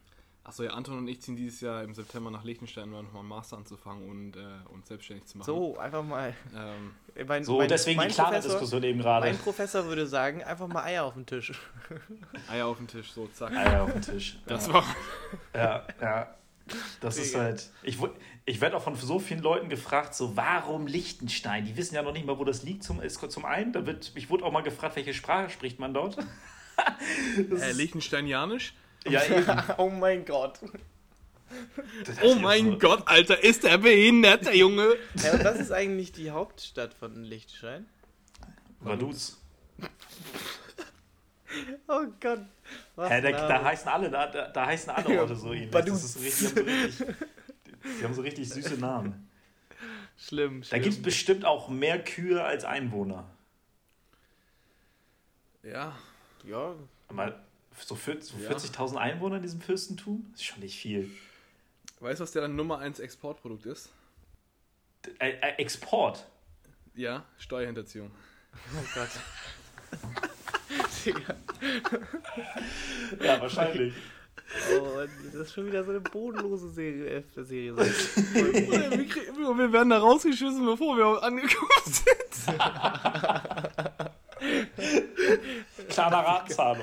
Achso, ja, Anton und ich ziehen dieses Jahr im September nach Liechtenstein, um nochmal einen Master anzufangen und uns selbstständig zu machen. So, einfach mal. Deswegen die klare Diskussion eben gerade. Mein Professor würde sagen, einfach mal Eier auf den Tisch. Eier auf den Tisch, so, zack. Eier auf den Tisch. Das war... Ja. Das ist halt... Ich werde auch von so vielen Leuten gefragt, so, warum Liechtenstein? Die wissen ja noch nicht mal, wo das liegt. Zum einen, ich wurde auch mal gefragt, welche Sprache spricht man dort? Liechtensteinianisch? Ja, eben. Oh mein Gott. Oh mein Gott, Alter, ist der behindert, der Junge? Ja, und was ist eigentlich die Hauptstadt von Liechtenstein? Vaduz. Oh Gott. Da heißen alle Orte so ähnlich. Das ist so richtig, die haben so richtig süße Namen. Schlimm. Da gibt es bestimmt auch mehr Kühe als Einwohner. Ja. Ja. Mal so 40.000 Einwohner in diesem Fürstentum? Das ist schon nicht viel. Weißt du, was der Nummer 1 Exportprodukt ist? Export? Ja, Steuerhinterziehung. Oh Gott. Ja, wahrscheinlich. Oh, das ist schon wieder so eine bodenlose Serie. Wir werden da rausgeschissen, bevor wir angekommen sind. Klare Ratenzahlung.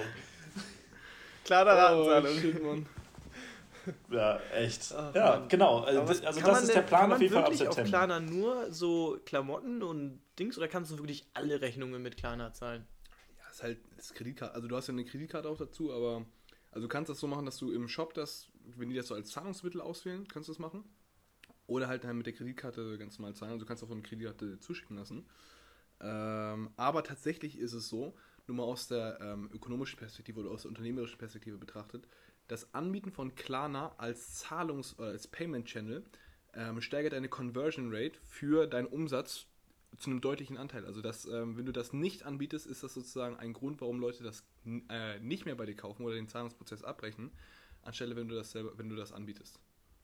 Shit, Mann. Ja, echt. Ach, ja, Mann. genau. Also das ist der Plan auf jeden Fall ab September. Kann man wirklich auf September. Klarna nur so Klamotten und Dings oder kannst du wirklich alle Rechnungen mit Klarna zahlen? Ja, ist halt das Kreditkarte. Also du hast ja eine Kreditkarte auch dazu, aber also du kannst das so machen, dass du im Shop wenn die das so als Zahlungsmittel auswählen, kannst du das machen. Oder halt mit der Kreditkarte ganz normal zahlen. Also du kannst auch eine Kreditkarte zuschicken lassen. Aber tatsächlich ist es so, nur mal aus der ökonomischen Perspektive oder aus der unternehmerischen Perspektive betrachtet, das Anbieten von Klarna als als Payment Channel steigert deine Conversion Rate für deinen Umsatz zu einem deutlichen Anteil. Also wenn du das nicht anbietest, ist das sozusagen ein Grund, warum Leute das nicht mehr bei dir kaufen oder den Zahlungsprozess abbrechen, anstelle wenn du das anbietest.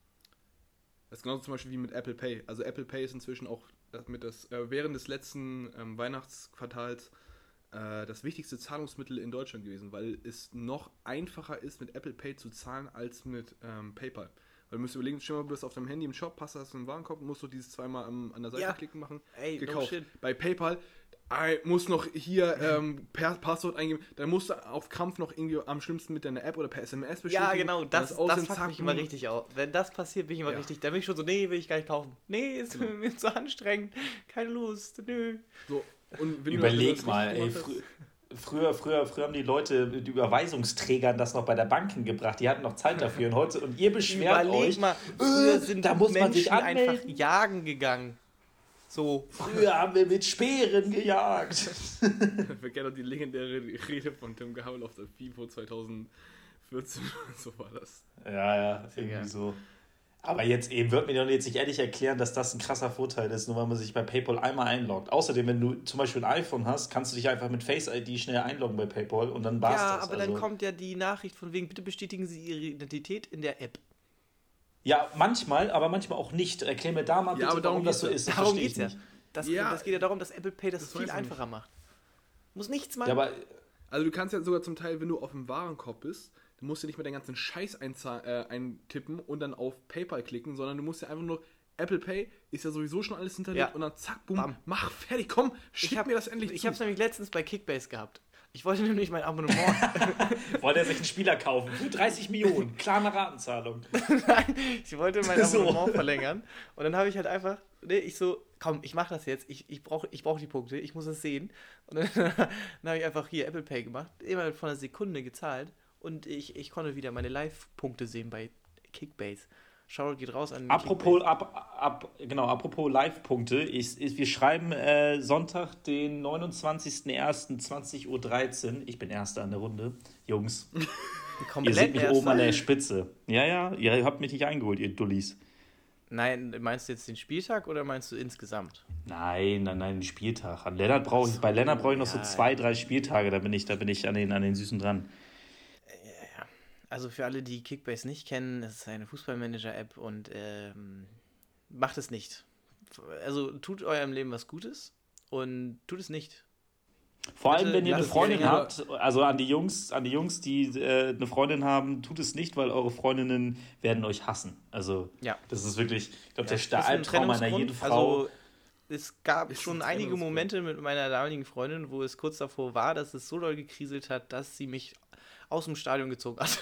Das ist genauso zum Beispiel wie mit Apple Pay. Also Apple Pay ist inzwischen auch während des letzten Weihnachtsquartals das wichtigste Zahlungsmittel in Deutschland gewesen, weil es noch einfacher ist, mit Apple Pay zu zahlen, als mit PayPal. Weil du musst überlegen, stell mal, du bist auf deinem Handy im Shop, hast du einen Warenkorb, musst du dieses zweimal an der Seite klicken machen, gekauft. No shit. Bei PayPal musst noch hier Passwort eingeben, dann musst du auf Krampf noch irgendwie am schlimmsten mit deiner App oder per SMS bestätigen. Ja, genau, das fuckt mich immer richtig auf. Wenn das passiert, bin ich immer richtig, da bin ich schon so, nee, will ich gar nicht kaufen. Nee, ist mir zu anstrengend, keine Lust, nö. So. Und wenn Überleg mal, ey, früher haben die Leute mit Überweisungsträgern das noch bei der Bank gebracht. Die hatten noch Zeit dafür. Und ihr beschwert euch, mal, früher sind da muss Menschen man sich anmelden. einfach jagen gegangen. So. Früher haben wir mit Speeren gejagt. Wir kennen doch die legendäre Rede von Tim Gabel auf der FIFO 2014. So war das. Ja, irgendwie so. Aber jetzt wird mir doch jetzt nicht ehrlich erklären, dass das ein krasser Vorteil ist, nur weil man sich bei PayPal einmal einloggt. Außerdem, wenn du zum Beispiel ein iPhone hast, kannst du dich einfach mit Face ID schnell einloggen bei PayPal und dann war's das. Ja, aber dann kommt ja die Nachricht von wegen, bitte bestätigen Sie Ihre Identität in der App. Ja, manchmal, aber manchmal auch nicht. Erklär mir da mal bitte, warum das so ist. Darum geht's ja. Das geht ja darum, dass Apple Pay das viel einfacher macht. Muss nichts machen. Ja, aber also du kannst ja sogar zum Teil, wenn du auf dem Warenkorb bist, du musst ja nicht mehr den ganzen Scheiß eintippen und dann auf PayPal klicken, sondern du musst ja einfach nur, Apple Pay ist ja sowieso schon alles hinterlegt und dann zack, boom, bam, mach, fertig, komm, schick mir das endlich Ich hab's nämlich letztens bei Kickbase gehabt. Ich wollte nämlich mein Abonnement... Wollte er sich einen Spieler kaufen für 30 Millionen, klare Ratenzahlung. Nein, ich wollte mein Abonnement verlängern und dann habe ich halt einfach, komm, ich mach das jetzt, ich brauch die Punkte, ich muss es sehen. Und dann habe ich einfach hier Apple Pay gemacht, immer von einer Sekunde gezahlt. Und ich konnte wieder meine Live-Punkte sehen bei Kickbase. Shoutout geht raus an Apropos Live-Punkte. Wir schreiben Sonntag, den 29.01.20.13 Uhr. Ich bin Erster an der Runde. Jungs, ihr seht mich oben an der Spitze. Ja, ihr habt mich nicht eingeholt, ihr Dullis. Nein, meinst du jetzt den Spieltag oder meinst du insgesamt? Nein, den Spieltag. Bei Lennart brauche ich noch so 2-3 Spieltage, da bin ich an den Süßen dran. Also für alle, die Kickbase nicht kennen, es ist eine Fußballmanager-App und macht es nicht. Also tut eurem Leben was Gutes und tut es nicht. Vor Bitte allem, wenn ihr eine lasst Freundin geringer. habt, also an die Jungs, die eine Freundin haben, tut es nicht, weil eure Freundinnen werden euch hassen. Also, Ja. das ist wirklich, ich glaube, Das der ist ein Albtraum einer jeden Trennungsgrund. Frau. Also, es gab Ist schon ein einige Trennungsgrund. Momente mit meiner damaligen Freundin, wo es kurz davor war, dass es so doll gekriselt hat, dass sie mich aus dem Stadion gezogen hat.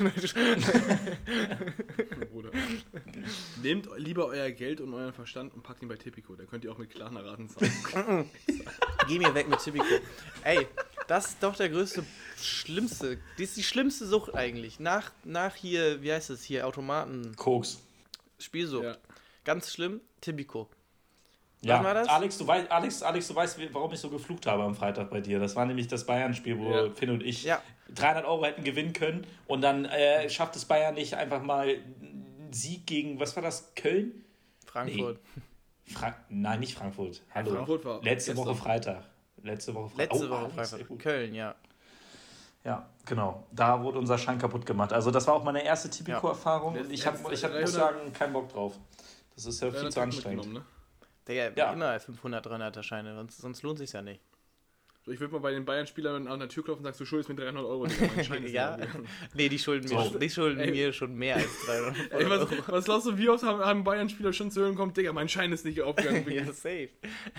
Bruder. Nehmt lieber euer Geld und euren Verstand und packt ihn bei Tipico. Da könnt ihr auch mit Klarna Raten zahlen. Geh mir weg mit Tipico. Ey, das ist doch der schlimmste, das ist die schlimmste Sucht eigentlich. Nach hier, wie heißt es hier, Automaten, Koks. Spielsucht. Ja. Ganz schlimm, Tipico. Ja, war das? Alex, du weißt, warum ich so geflucht habe am Freitag bei dir. Das war nämlich das Bayern-Spiel, wo Ja. Finn und ich Ja. 300 € hätten gewinnen können und dann schafft es Bayern nicht einfach mal einen Sieg gegen, was war das, Köln? Frankfurt. Nein, nicht Frankfurt. Hallo. Frankfurt war Letzte gestern. Woche Freitag. Letzte Woche Letzte Woche Alex, sehr Frankfurt. gut. Köln, ja. Ja, genau. Da wurde unser Schein kaputt gemacht. Also das war auch meine erste Tipico-Erfahrung. Ja. Und ich muss 300 sagen, keinen Bock drauf. Das ist ja viel zu anstrengend. mitgenommen, ne? Der Ja. immer 500, 300er Scheine, sonst lohnt sich ja nicht. So, ich würde mal bei den Bayern-Spielern an der Tür klopfen und sagen, du schuldest mir 300 €. Digga, mein Schein ist Ja, leer, Digga. nee, die schulden Ey. mir schon mehr als 300 Ey, Euro. was glaubst du, wie oft haben Bayern-Spieler schon zu hören kommt, Digga, mein Schein ist nicht aufgegangen. Ja, safe.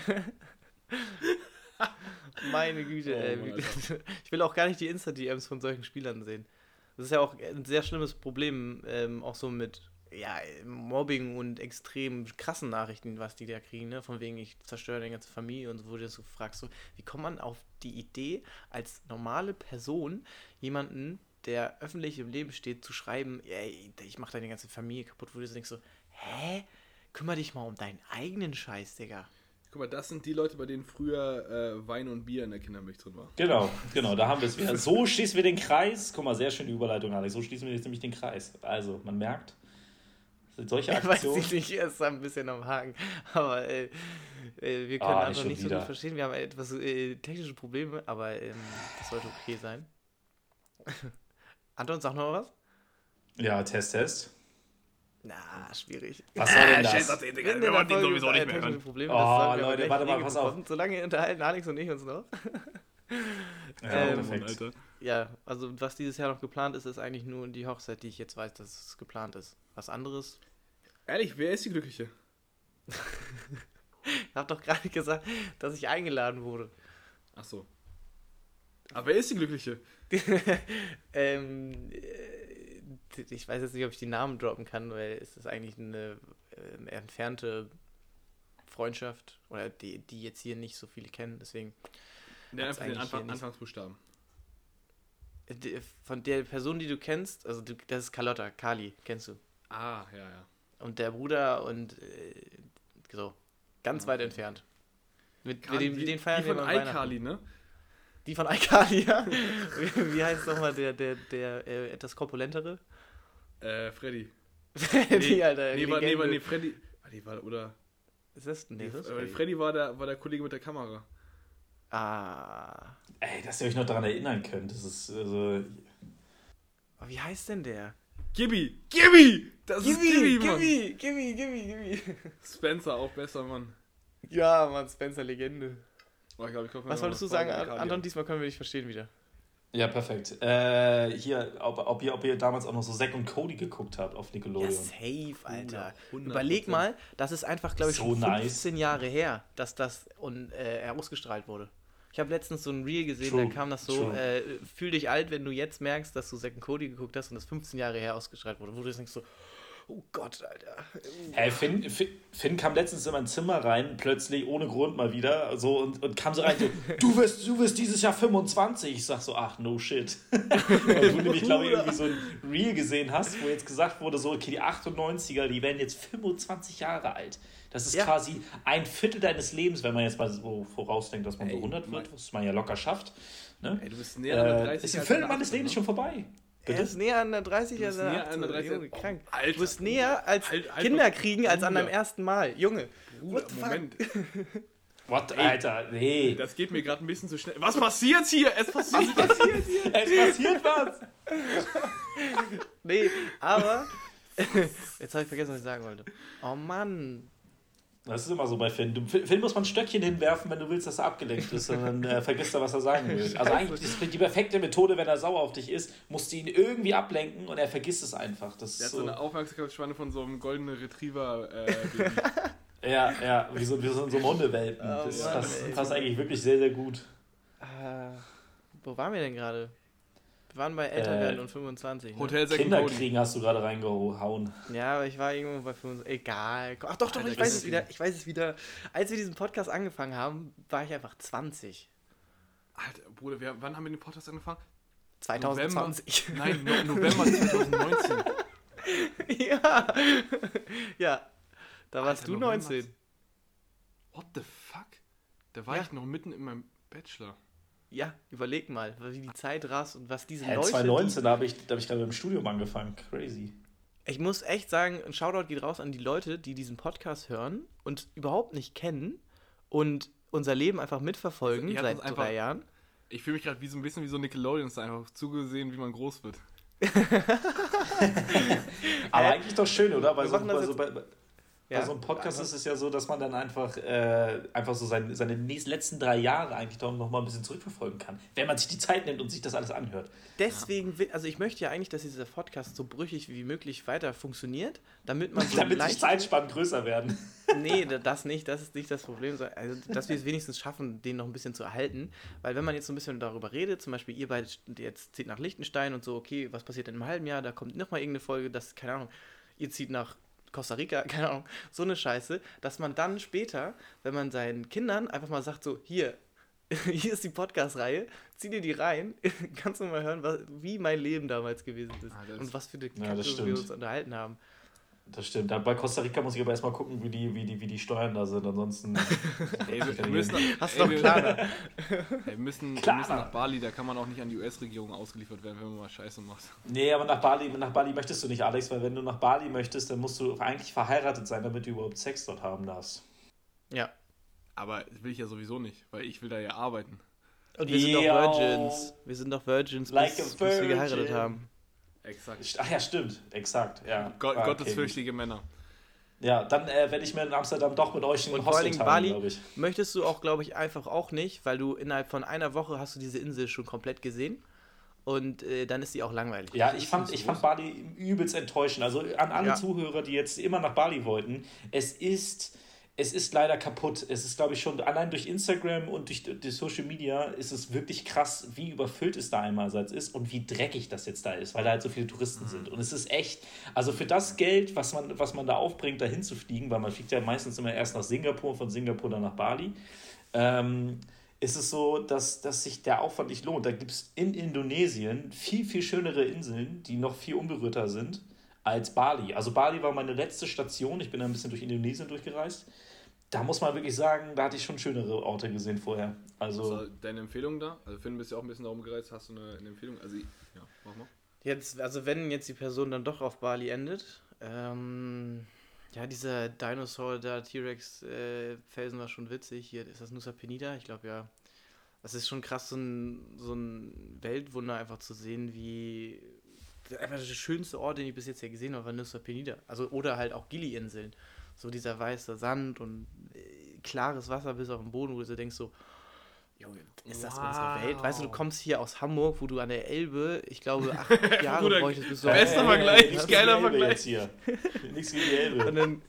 Meine Güte, Oh, ey. Mann, Alter. Ich will auch gar nicht die Insta-DMs von solchen Spielern sehen. Das ist ja auch ein sehr schlimmes Problem, auch so mit Mobbing und extrem krassen Nachrichten, was die da kriegen, ne? Von wegen, ich zerstöre deine ganze Familie und so, wo du so fragst, so, wie kommt man auf die Idee, als normale Person jemanden, der öffentlich im Leben steht, zu schreiben, ey, ich mach deine ganze Familie kaputt, wo du so denkst so, hä? Kümmer dich mal um deinen eigenen Scheiß, Digga. Guck mal, das sind die Leute, bei denen früher Wein und Bier in der Kindermilch drin war. Genau, da haben wir es wieder. So schließen wir den Kreis. Guck mal, sehr schöne Überleitung, Alex. So schließen wir jetzt nämlich den Kreis. Also, man merkt, solche Weiß Aktionen. ich nicht, er ist ein bisschen am Haken. Aber wir können nicht einfach schon nicht so wieder. gut verstehen. Wir haben etwas technische Probleme, aber das sollte okay sein. Anton, sag noch was? Ja, Test. Na, schwierig. Was soll denn das? Scheiße, Digga, Wenn wir in wollen der den Folge sowieso nicht mehr technische hören. Probleme, Oh, das sagen wir Leute, aber gleich warte mal, in pass Regel auf. bekommen. Solange unterhalten Alex und ich uns noch. Ja, Ähm, perfekt. Ja, also was dieses Jahr noch geplant ist, ist eigentlich nur die Hochzeit, die ich jetzt weiß, dass es geplant ist. Was anderes? Ehrlich, wer ist die Glückliche? Ich habe doch gerade gesagt, dass ich eingeladen wurde. Ach so. Aber wer ist die Glückliche? Ich weiß jetzt nicht, ob ich die Namen droppen kann, weil es ist eigentlich eine entfernte Freundschaft oder die jetzt hier nicht so viele kennen, deswegen Der Hat's einfach den eigentlich hier nicht. Anfangsbuchstaben. Von der Person, die du kennst, also das ist Carlotta, Kali, kennst du. Ah, ja. Und der Bruder und so, ganz weit entfernt. Mit den feiern die wir von mal Weihnachten. iCarly, ne? Die von iCarly, ja. Wie heißt nochmal der etwas korpulentere? Freddy. Die, Alter, Legende. Freddy. Die war, oder? Ist das? Nee, das ist Freddy war der Kollege mit der Kamera. Ah. Ey, dass ihr euch noch daran erinnern könnt. Das ist also. Aber wie heißt denn der? Gibby! Das ist Gibby, Mann! Gibby. Spencer, auch besser, Mann. Ja, Mann, Spencer, Legende. Oh, ich glaub, ich kauf mir Was noch wolltest du eine sagen, Folge iCarly Anton? an. Diesmal können wir dich verstehen wieder. Ja, perfekt. Hier, ob ihr damals auch noch so Zack und Cody geguckt habt auf Ja, Nickelodeon. safe, Alter. 100%. Überleg mal, das ist einfach, glaube ich, So schon nice. 15 Jahre her, dass das ausgestrahlt wurde. Ich habe letztens so ein Reel gesehen, True, da kam das so, true. fühl dich alt, wenn du jetzt merkst, dass du Zack und Cody geguckt hast und das 15 Jahre her ausgestrahlt wurde. Wo du denkst so, oh Gott, Alter. Hey, Finn kam letztens in mein Zimmer rein, plötzlich, ohne Grund mal wieder, so und kam so rein, so, du wirst dieses Jahr 25. Ich sag so, ach, no shit. Weil du nämlich, glaube ich, irgendwie so ein Reel gesehen hast, wo jetzt gesagt wurde, so, okay, die 98er, die werden jetzt 25 Jahre alt. Das ist Ja. quasi ein Viertel deines Lebens, wenn man jetzt mal so vorausdenkt, dass man so Ey, 100 Mann. wird, was man ja locker schafft. Ne? Ey, du bist näher an der 30 ist ein als Viertel an der meines 18, Lebens ne? schon vorbei. Er ist näher an der 30 Du als bist an der näher an 18. der 30. Junge, krank. Alter, Du bist näher als Alter, Kinder kriegen als an deinem Bruder. ersten Mal. Junge, Bruder, what the fuck? Moment. What, Alter, nee. Das geht mir gerade ein bisschen zu schnell. Was passiert hier? Es passiert Es passiert was. Nee, aber jetzt habe ich vergessen, was ich sagen wollte. Oh Mann. Das ist immer so bei Finn. Finn muss man ein Stöckchen hinwerfen, wenn du willst, dass er abgelenkt ist, und dann vergisst er, was er sagen will. Also eigentlich ist die perfekte Methode, wenn er sauer auf dich ist, musst du ihn irgendwie ablenken und er vergisst es einfach. Das Der ist hat so eine Aufmerksamkeitsspanne von so einem goldenen Retriever. Ja, wie so in so einem Hundewelpen. Oh, Das Mann, passt eigentlich wirklich sehr, sehr gut. Wo waren wir denn gerade? Wir waren bei älter werden und 25. Ne? Hotel Second Kinder Cody. kriegen hast du gerade reingehauen. Ja, aber ich war irgendwo bei 25. Egal. Ach doch, Alter, ich weiß es wieder. Als wir diesen Podcast angefangen haben, war ich einfach 20. Alter, Bruder, wann haben wir den Podcast angefangen? 2020. November 2019. Ja, da warst Alter, du November. 19. What the fuck? Da war Ja. ich noch mitten in meinem Bachelor. Ja, überleg mal, wie die Zeit rast und was diese Hä, Leute... 2019, da hab ich gerade im Studium angefangen. Crazy. Ich muss echt sagen, ein Shoutout geht raus an die Leute, die diesen Podcast hören und überhaupt nicht kennen und unser Leben einfach mitverfolgen Also, ihr habt seit uns 3 Jahren. Ich fühle mich gerade ein bisschen wie so Nickelodeon, ist einfach zugesehen, wie man groß wird. Aber eigentlich doch schön, oder? Bei wir so, machen das bei so einem Podcast ist es ja so, dass man dann einfach so seine letzten 3 Jahre eigentlich doch noch mal ein bisschen zurückverfolgen kann. Wenn man sich die Zeit nimmt und sich das alles anhört. Deswegen, also ich möchte ja eigentlich, dass dieser Podcast so brüchig wie möglich weiter funktioniert, damit man so Damit die leicht... Zeitspannen größer werden. Nee, das nicht, das ist nicht das Problem. Also, dass wir es wenigstens schaffen, den noch ein bisschen zu erhalten. Weil wenn man jetzt so ein bisschen darüber redet, zum Beispiel ihr beide jetzt zieht nach Liechtenstein und so, okay, was passiert in einem halben Jahr, da kommt nochmal irgendeine Folge, das, keine Ahnung, ihr zieht nach Costa Rica, keine Ahnung, so eine Scheiße, dass man dann später, wenn man seinen Kindern einfach mal sagt, so, hier ist die Podcast-Reihe, zieh dir die rein, kannst du mal hören, wie mein Leben damals gewesen ist und was für eine Kacke wir uns unterhalten haben. Das stimmt. Bei Costa Rica muss ich aber erstmal gucken, wie die Steuern da sind. Ansonsten. Wir müssen nach Bali, da kann man auch nicht an die US-Regierung ausgeliefert werden, wenn man mal Scheiße macht. Nee, aber nach Bali möchtest du nicht, Alex, weil wenn du nach Bali möchtest, dann musst du eigentlich verheiratet sein, damit du überhaupt Sex dort haben darfst. Ja. Aber das will ich ja sowieso nicht, weil ich will da ja arbeiten. Und wir sind doch Virgins. Wir sind doch Virgins, Like bis a wir geheiratet virgin. haben. Exakt. Ach ja, stimmt. Exakt, ja. Gottesfürchtige Männer. Ja, dann werde ich mir in Amsterdam doch mit euch Und ein vor allen Hostel Dingen teilen, Bali glaube ich. möchtest du auch, glaube ich, einfach auch nicht, weil du innerhalb von einer Woche hast du diese Insel schon komplett gesehen und dann ist sie auch langweilig. Ja, ich fand Bali übelst enttäuschend. Also an alle Zuhörer, die jetzt immer nach Bali wollten, es ist leider kaputt. Es ist, glaube ich, schon allein durch Instagram und durch die Social Media ist es wirklich krass, wie überfüllt es da einerseits ist und wie dreckig das jetzt da ist, weil da halt so viele Touristen sind. Und es ist echt, also für das Geld, was man da aufbringt, da hinzufliegen, weil man fliegt ja meistens immer erst nach Singapur, von Singapur dann nach Bali, ist es so, dass sich der Aufwand nicht lohnt. Da gibt es in Indonesien viel, viel schönere Inseln, die noch viel unberührter sind als Bali. Also Bali war meine letzte Station. Ich bin ein bisschen durch Indonesien durchgereist. Da muss man wirklich sagen, da hatte ich schon schönere Orte gesehen vorher. Also Was war deine Empfehlung da? Also Finn, bist du auch ein bisschen darum gereist, hast du eine Empfehlung? Also ja, mach mal. Jetzt, also wenn jetzt die Person dann doch auf Bali endet, ja, dieser Dinosaur, der T-Rex-Felsen war schon witzig. Hier ist das Nusa Penida, ich glaube ja. Das ist schon krass, so ein Weltwunder einfach zu sehen, wie einfach der schönste Ort, den ich bis jetzt hier gesehen habe, war Nusa Penida. Also, oder halt auch Gili-Inseln. So dieser weiße Sand und klares Wasser bis auf den Boden, wo du so denkst so, Junge, ist das unsere Welt? Weißt du, du kommst hier aus Hamburg, wo du an der Elbe, ich glaube, 8 Jahre bräuchtest, bis du... Bester Vergleich, geiler Vergleich. Jetzt hier. Nichts gegen die Elbe.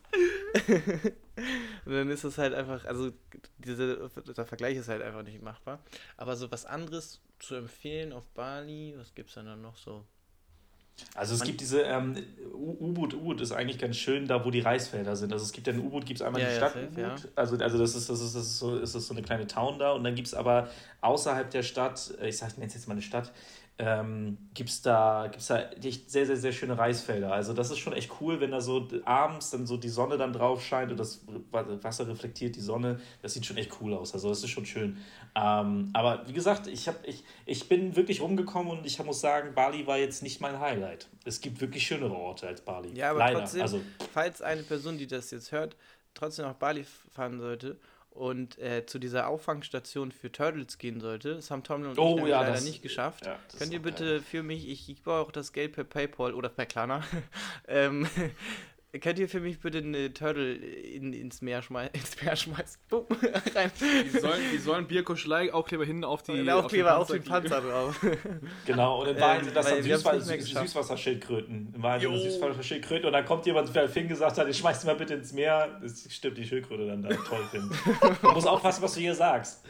Und dann ist es halt einfach, also der Vergleich ist halt einfach nicht machbar. Aber so was anderes zu empfehlen auf Bali, was gibt's denn dann noch so? Also es gibt diese U-Boot ist eigentlich ganz schön, da wo die Reisfelder sind. Also es gibt ja ein U-Boot, gibt es einmal die Stadt U-Boot. Ja. Also das ist so eine kleine Town da und dann gibt es aber außerhalb der Stadt, ich nenne es jetzt mal eine Stadt, gibt es da echt sehr, sehr, sehr schöne Reisfelder. Also das ist schon echt cool, wenn da so abends dann so die Sonne dann drauf scheint und das Wasser reflektiert die Sonne. Das sieht schon echt cool aus. Also das ist schon schön. Aber wie gesagt, ich bin wirklich rumgekommen und ich muss sagen, Bali war jetzt nicht mein Highlight. Es gibt wirklich schönere Orte als Bali. Ja, aber leider. Trotzdem, also, falls eine Person, die das jetzt hört, trotzdem nach Bali fahren sollte und zu dieser Auffangstation für Turtles gehen sollte, das haben Tom und ich leider nicht geschafft. Ja, könnt ihr bitte für mich, ich gebe auch das Geld per PayPal oder per Klarna, Könnt ihr für mich bitte eine Turtle ins Meer schmeißen? Bumm, rein. Die sollen Bierkuschelei-Aufkleber hinten auf die... Aufkleber auf den Panzer drauf. Genau, und in Wahrheit sind das dann wir haben's nicht mehr geschafft. Süßwasserschildkröten. In Wahrheit sind das Süßwasserschildkröten und dann kommt jemand, der Finn gesagt hat, ich schmeiß die mal bitte ins Meer. Das stimmt die Schildkröte dann da. Toll, Finn. Du musst aufpassen, was du hier sagst.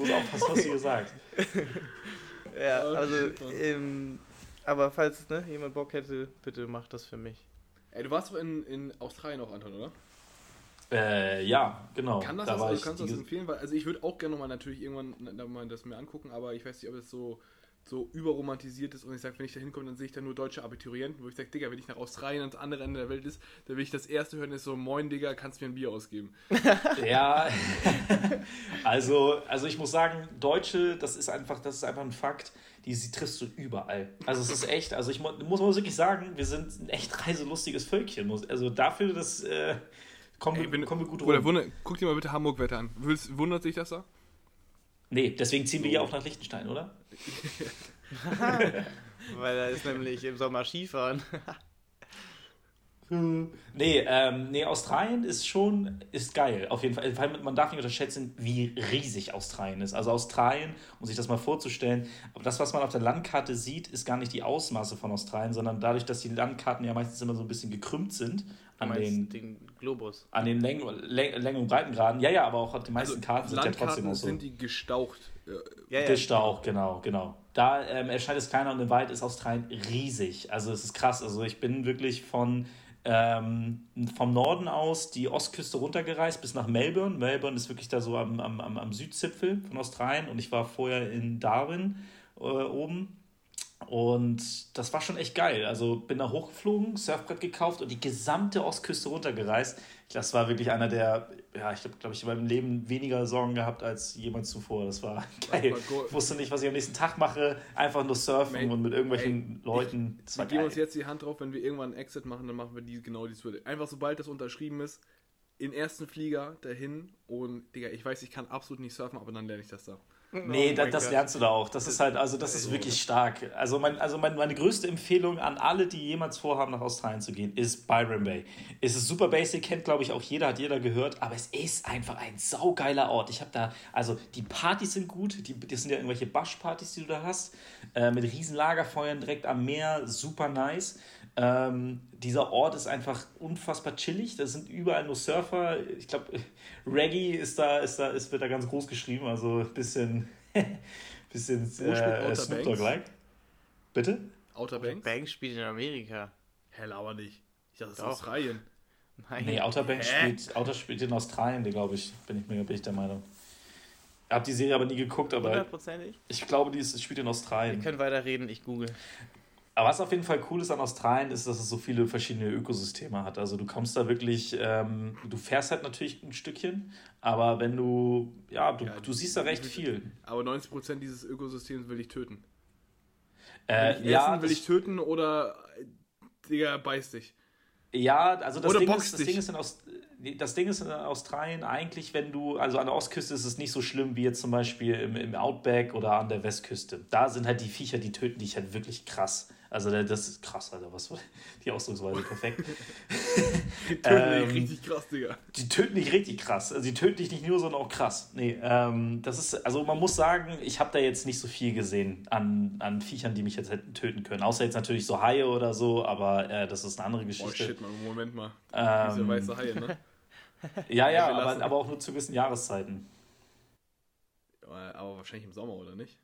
Ja, also, aber falls jemand Bock hätte, bitte macht das für mich. Ey, du warst doch in Australien auch, Anton, oder? Ja, genau. Kannst du das empfehlen? Weil, also ich würde auch gerne nochmal natürlich irgendwann mal das mir angucken, aber ich weiß nicht, ob es so überromantisiert ist und ich sage, wenn ich da hinkomme, dann sehe ich da nur deutsche Abiturienten, wo ich sage, Digga, wenn ich nach Australien ans andere Ende der Welt ist, dann will ich das erste hören, ist so, moin Digga, kannst du mir ein Bier ausgeben? Ja, also ich muss sagen, Deutsche, das ist einfach ein Fakt, die triffst du überall. Also es ist echt, also ich muss mal wirklich sagen, wir sind ein echt reiselustiges Völkchen. Also dafür, dass kommen wir gut rum. Oder guck dir mal bitte Hamburg-Wetter an. Wundert sich das da? Nee, deswegen ziehen wir ja auch nach Liechtenstein, oder? Weil da ist nämlich im Sommer Skifahren. Nee, Australien ist geil, auf jeden Fall. Weil man darf nicht unterschätzen, wie riesig Australien ist. Also Australien, um sich das mal vorzustellen, aber das, was man auf der Landkarte sieht, ist gar nicht die Ausmaße von Australien, sondern dadurch, dass die Landkarten ja meistens immer so ein bisschen gekrümmt sind. Den Globus. An den Längen- und Breitengraden. Ja, aber auch die meisten Karten sind ja trotzdem auch so. Sind die gestaucht. Gestaucht, genau. Da erscheint es kleiner und in Wahrheit ist Australien riesig. Also es ist krass. Also ich bin wirklich vom Norden aus die Ostküste runtergereist bis nach Melbourne. Melbourne ist wirklich da so am Südzipfel von Australien und ich war vorher in Darwin oben. Und das war schon echt geil. Also bin da hochgeflogen, Surfbrett gekauft und die gesamte Ostküste runtergereist. Das war wirklich einer der, ich glaube, ich habe in meinem Leben weniger Sorgen gehabt als jemals zuvor. Das war geil. Ich wusste nicht, was ich am nächsten Tag mache. Einfach nur surfen und mit irgendwelchen Leuten. Das war geil. Wir geben uns jetzt die Hand drauf, wenn wir irgendwann einen Exit machen, dann machen wir die Tour. Einfach sobald das unterschrieben ist, in ersten Flieger dahin und Digga, ich weiß, ich kann absolut nicht surfen, aber dann lerne ich das da. Nee, das lernst du da auch. Das ist halt, also das ist wirklich stark. Also meine größte Empfehlung an alle, die jemals vorhaben, nach Australien zu gehen, ist Byron Bay. Es ist super basic, kennt glaube ich auch jeder, hat jeder gehört, aber es ist einfach ein saugeiler Ort. Ich habe da, also die Partys sind gut, das sind ja irgendwelche Bash-Partys, die du da hast, mit riesen Lagerfeuern direkt am Meer, super nice. Dieser Ort ist einfach unfassbar chillig. Da sind überall nur Surfer. Ich glaube, Reggae wird da ganz groß geschrieben. Also ein bisschen Snoop Dogg-like. Bitte? Outer Banks? Banks spielt in Amerika. Hell, aber nicht. Ich dachte, das ist Australien. Nein. Nee, Outer Banks spielt in Australien, glaube ich. Bin ich der Meinung. Ich habe die Serie aber nie geguckt, aber 100%ig? Ich glaube, die spielt in Australien. Wir können weiterreden, ich google. Aber was auf jeden Fall cool ist an Australien, ist, dass es so viele verschiedene Ökosysteme hat. Also du kommst da wirklich, du fährst halt natürlich ein Stückchen, aber wenn du siehst da recht viel. Aber 90% dieses Ökosystems will ich töten. Will ich töten oder Digga, beiß dich. Ja, also das Ding ist in Australien eigentlich, wenn du, also an der Ostküste ist es nicht so schlimm wie jetzt zum Beispiel im Outback oder an der Westküste. Da sind halt die Viecher, die töten dich halt wirklich krass. Also das ist krass, Alter, was war die Ausdrucksweise perfekt. Die töten dich richtig krass, Digga. Die töten dich richtig krass. Also die töten dich nicht nur, sondern auch krass. Nee, das ist, also man muss sagen, ich habe da jetzt nicht so viel gesehen an Viechern, die mich jetzt hätten töten können. Außer jetzt natürlich so Haie oder so, aber das ist eine andere Geschichte. Oh shit, Moment mal. Diese weiße Haie, ne? Ja, aber auch nur zu gewissen Jahreszeiten. Aber wahrscheinlich im Sommer, oder nicht?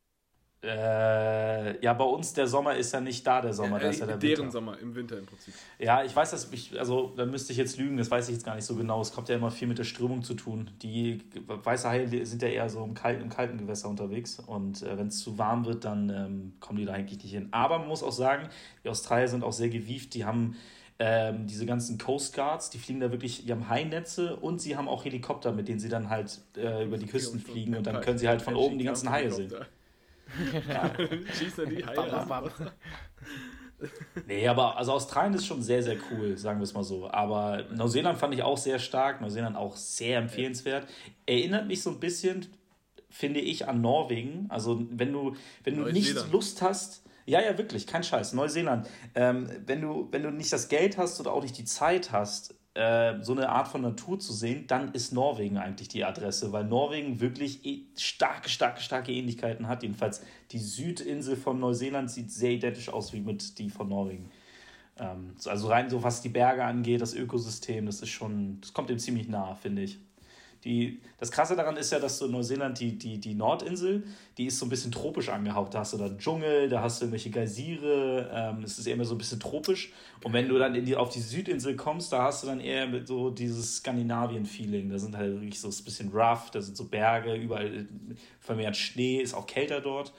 Ja, bei uns der Sommer ist ja nicht da, der Sommer, da ist ja der Winter. Deren Sommer, im Winter im Prinzip. Ja, ich weiß, da müsste ich jetzt lügen, das weiß ich jetzt gar nicht so genau. Es kommt ja immer viel mit der Strömung zu tun. Die weiße Haie sind ja eher so im kalten Gewässer unterwegs und wenn es zu warm wird, dann kommen die da eigentlich nicht hin. Aber man muss auch sagen, die Australier sind auch sehr gewieft, die haben diese ganzen Coast Guards, die fliegen da wirklich, die haben Hainetze und sie haben auch Helikopter, mit denen sie dann halt über die Küsten fliegen und dann können sie halt von oben die ganzen Haie sehen. Ja. Schießen die Haie. Nee, aber also Australien ist schon sehr, sehr cool, sagen wir es mal so. Aber Neuseeland fand ich auch sehr stark, Neuseeland auch sehr empfehlenswert. Erinnert mich so ein bisschen, finde ich, an Norwegen. Also wenn du nicht Lust hast, ja, wirklich, kein Scheiß, Neuseeland. Wenn du nicht das Geld hast oder auch nicht die Zeit hast, so eine Art von Natur zu sehen, dann ist Norwegen eigentlich die Adresse, weil Norwegen wirklich starke Ähnlichkeiten hat. Jedenfalls die Südinsel von Neuseeland sieht sehr identisch aus wie mit die von Norwegen. Also rein so, was die Berge angeht, das Ökosystem, das kommt dem ziemlich nah, finde ich. Das Krasse daran ist ja, dass so in Neuseeland die Nordinsel, die ist so ein bisschen tropisch angehaucht. Da hast du dann Dschungel, da hast du irgendwelche Geysire, es ist eher immer so ein bisschen tropisch. Und wenn du dann auf die Südinsel kommst, da hast du dann eher mit so dieses Skandinavien-Feeling. Da sind halt wirklich so ein bisschen rough, da sind so Berge, überall vermehrt Schnee, ist auch kälter dort.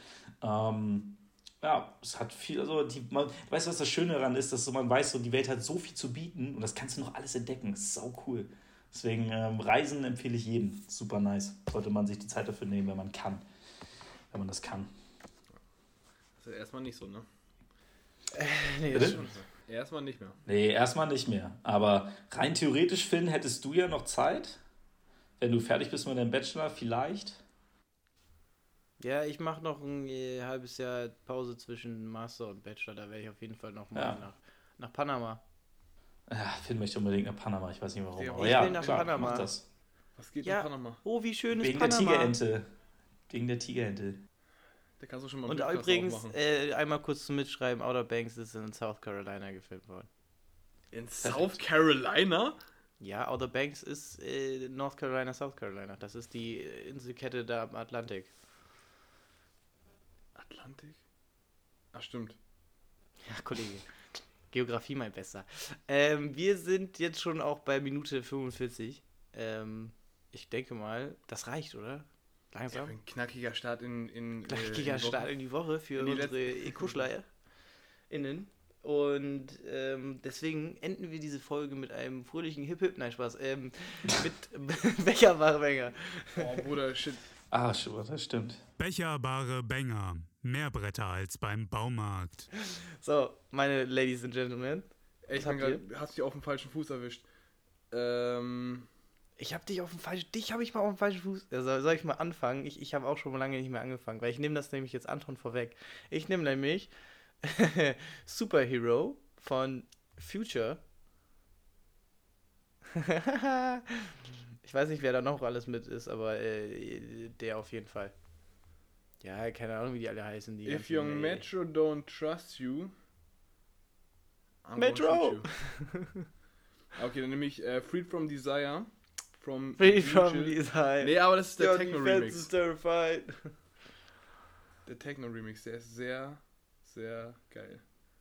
Es hat viel, weißt du, was das Schöne daran ist, dass man weiß, so, die Welt hat so viel zu bieten und das kannst du noch alles entdecken. Das ist sau cool. Deswegen Reisen empfehle ich jedem. Super nice. Sollte man sich die Zeit dafür nehmen, wenn man kann. Wenn man das kann. Das ist erstmal nicht so, ne? Nee, das ist schon so. Erstmal nicht mehr. Nee, erstmal nicht mehr. Aber rein theoretisch, Finn, hättest du ja noch Zeit, wenn du fertig bist mit deinem Bachelor, vielleicht. Ja, ich mache noch ein halbes Jahr Pause zwischen Master und Bachelor. Da werde ich auf jeden Fall noch mal nach Panama. Ja, Finn möchte unbedingt nach Panama, ich weiß nicht warum. Ich Aber will nach klar, Panama. mach das. Was geht in Panama? Oh, wie schön ist Wegen Panama. Wegen der Tigerente. Da kannst du schon mal Und übrigens, einmal kurz zum Mitschreiben, Outer Banks ist in South Carolina gefilmt worden. In South Carolina? Ja, Outer Banks ist North Carolina, South Carolina. Das ist die Inselkette da am Atlantik. Atlantik? Ach, stimmt. Ja, Kollege. Geografie mein Besser. Wir sind jetzt schon auch bei Minute 45. Ich denke mal, das reicht, oder? Langsam. Ja, ein knackiger Start in Start in die Woche für unsere KuschlerInnen. Und deswegen enden wir diese Folge mit einem fröhlichen Hip-Hip. Nein, Spaß. Mit Becherbare Banger. Oh, Bruder, shit. Ah, das stimmt. Becherbare Banger. Mehr Bretter als beim Baumarkt. So, meine Ladies and Gentlemen. Hast dich auf dem falschen Fuß erwischt. Ich habe dich auf dem falschen Fuß. Also, soll ich mal anfangen? Ich habe auch schon mal lange nicht mehr angefangen, weil ich nehme das nämlich jetzt Anton vorweg. Ich nehme nämlich Superhero von Future. Ich weiß nicht, wer da noch alles mit ist, aber der auf jeden Fall. Ja, keine Ahnung, wie die alle heißen. If your Metro don't trust you. Metro! Okay, dann nehme ich Freed from Desire. Freed from Desire. Nee, aber das ist der Techno-Remix. Is terrified. Der Techno-Remix, der ist sehr, sehr geil.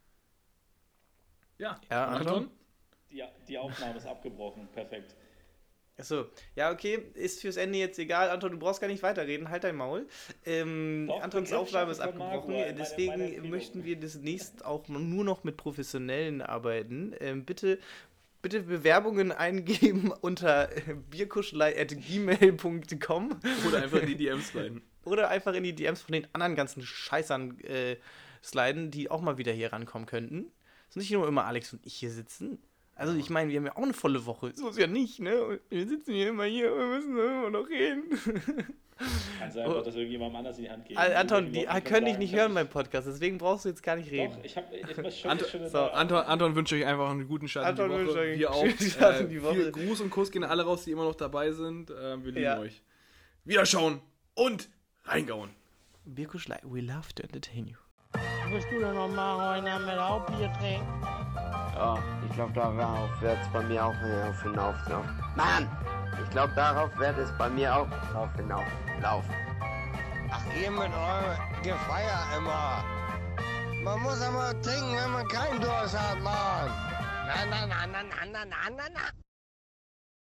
Ja, Anton? Die Aufnahme ist abgebrochen. Perfekt. Achso, ja, okay, ist fürs Ende jetzt egal. Anton, du brauchst gar nicht weiterreden, halt dein Maul. Antons Aufnahme ist abgebrochen, deswegen möchten wir demnächst auch nur noch mit Professionellen arbeiten. Bitte Bewerbungen eingeben unter bierkuschelei@gmail.com Oder einfach in die DMs sliden. Oder einfach in die DMs von den anderen ganzen Scheißern sliden, die auch mal wieder hier rankommen könnten. Es ist nicht nur immer Alex und ich hier sitzen. Also ich meine, wir haben ja auch eine volle Woche. So ist ja nicht, ne? Und wir sitzen hier immer hier und wir müssen immer noch reden. Kannst du einfach das irgendjemandem anders in die Hand geben. Anton, die können dich nicht hören beim Podcast, deswegen brauchst du jetzt gar nicht reden. Doch, ich Anton wünscht euch einfach einen guten Start in die Woche. Wir auch. Viel Gruß und Kuss gehen alle raus, die immer noch dabei sind. Wir lieben euch. Wiederschauen und reingauen. Bierkuschelei, we love to entertain you. Willst du denn noch mal heute mit Hauptbier trinken? Ja, ich glaube, darauf wird es bei mir auch hinauslaufen. Mann! Ich glaube, darauf wird es bei mir auch drauf hinauslaufen. Ach, ihr mit eurem Gefeier immer. Man muss aber trinken, wenn man keinen Durst hat, Mann. Na.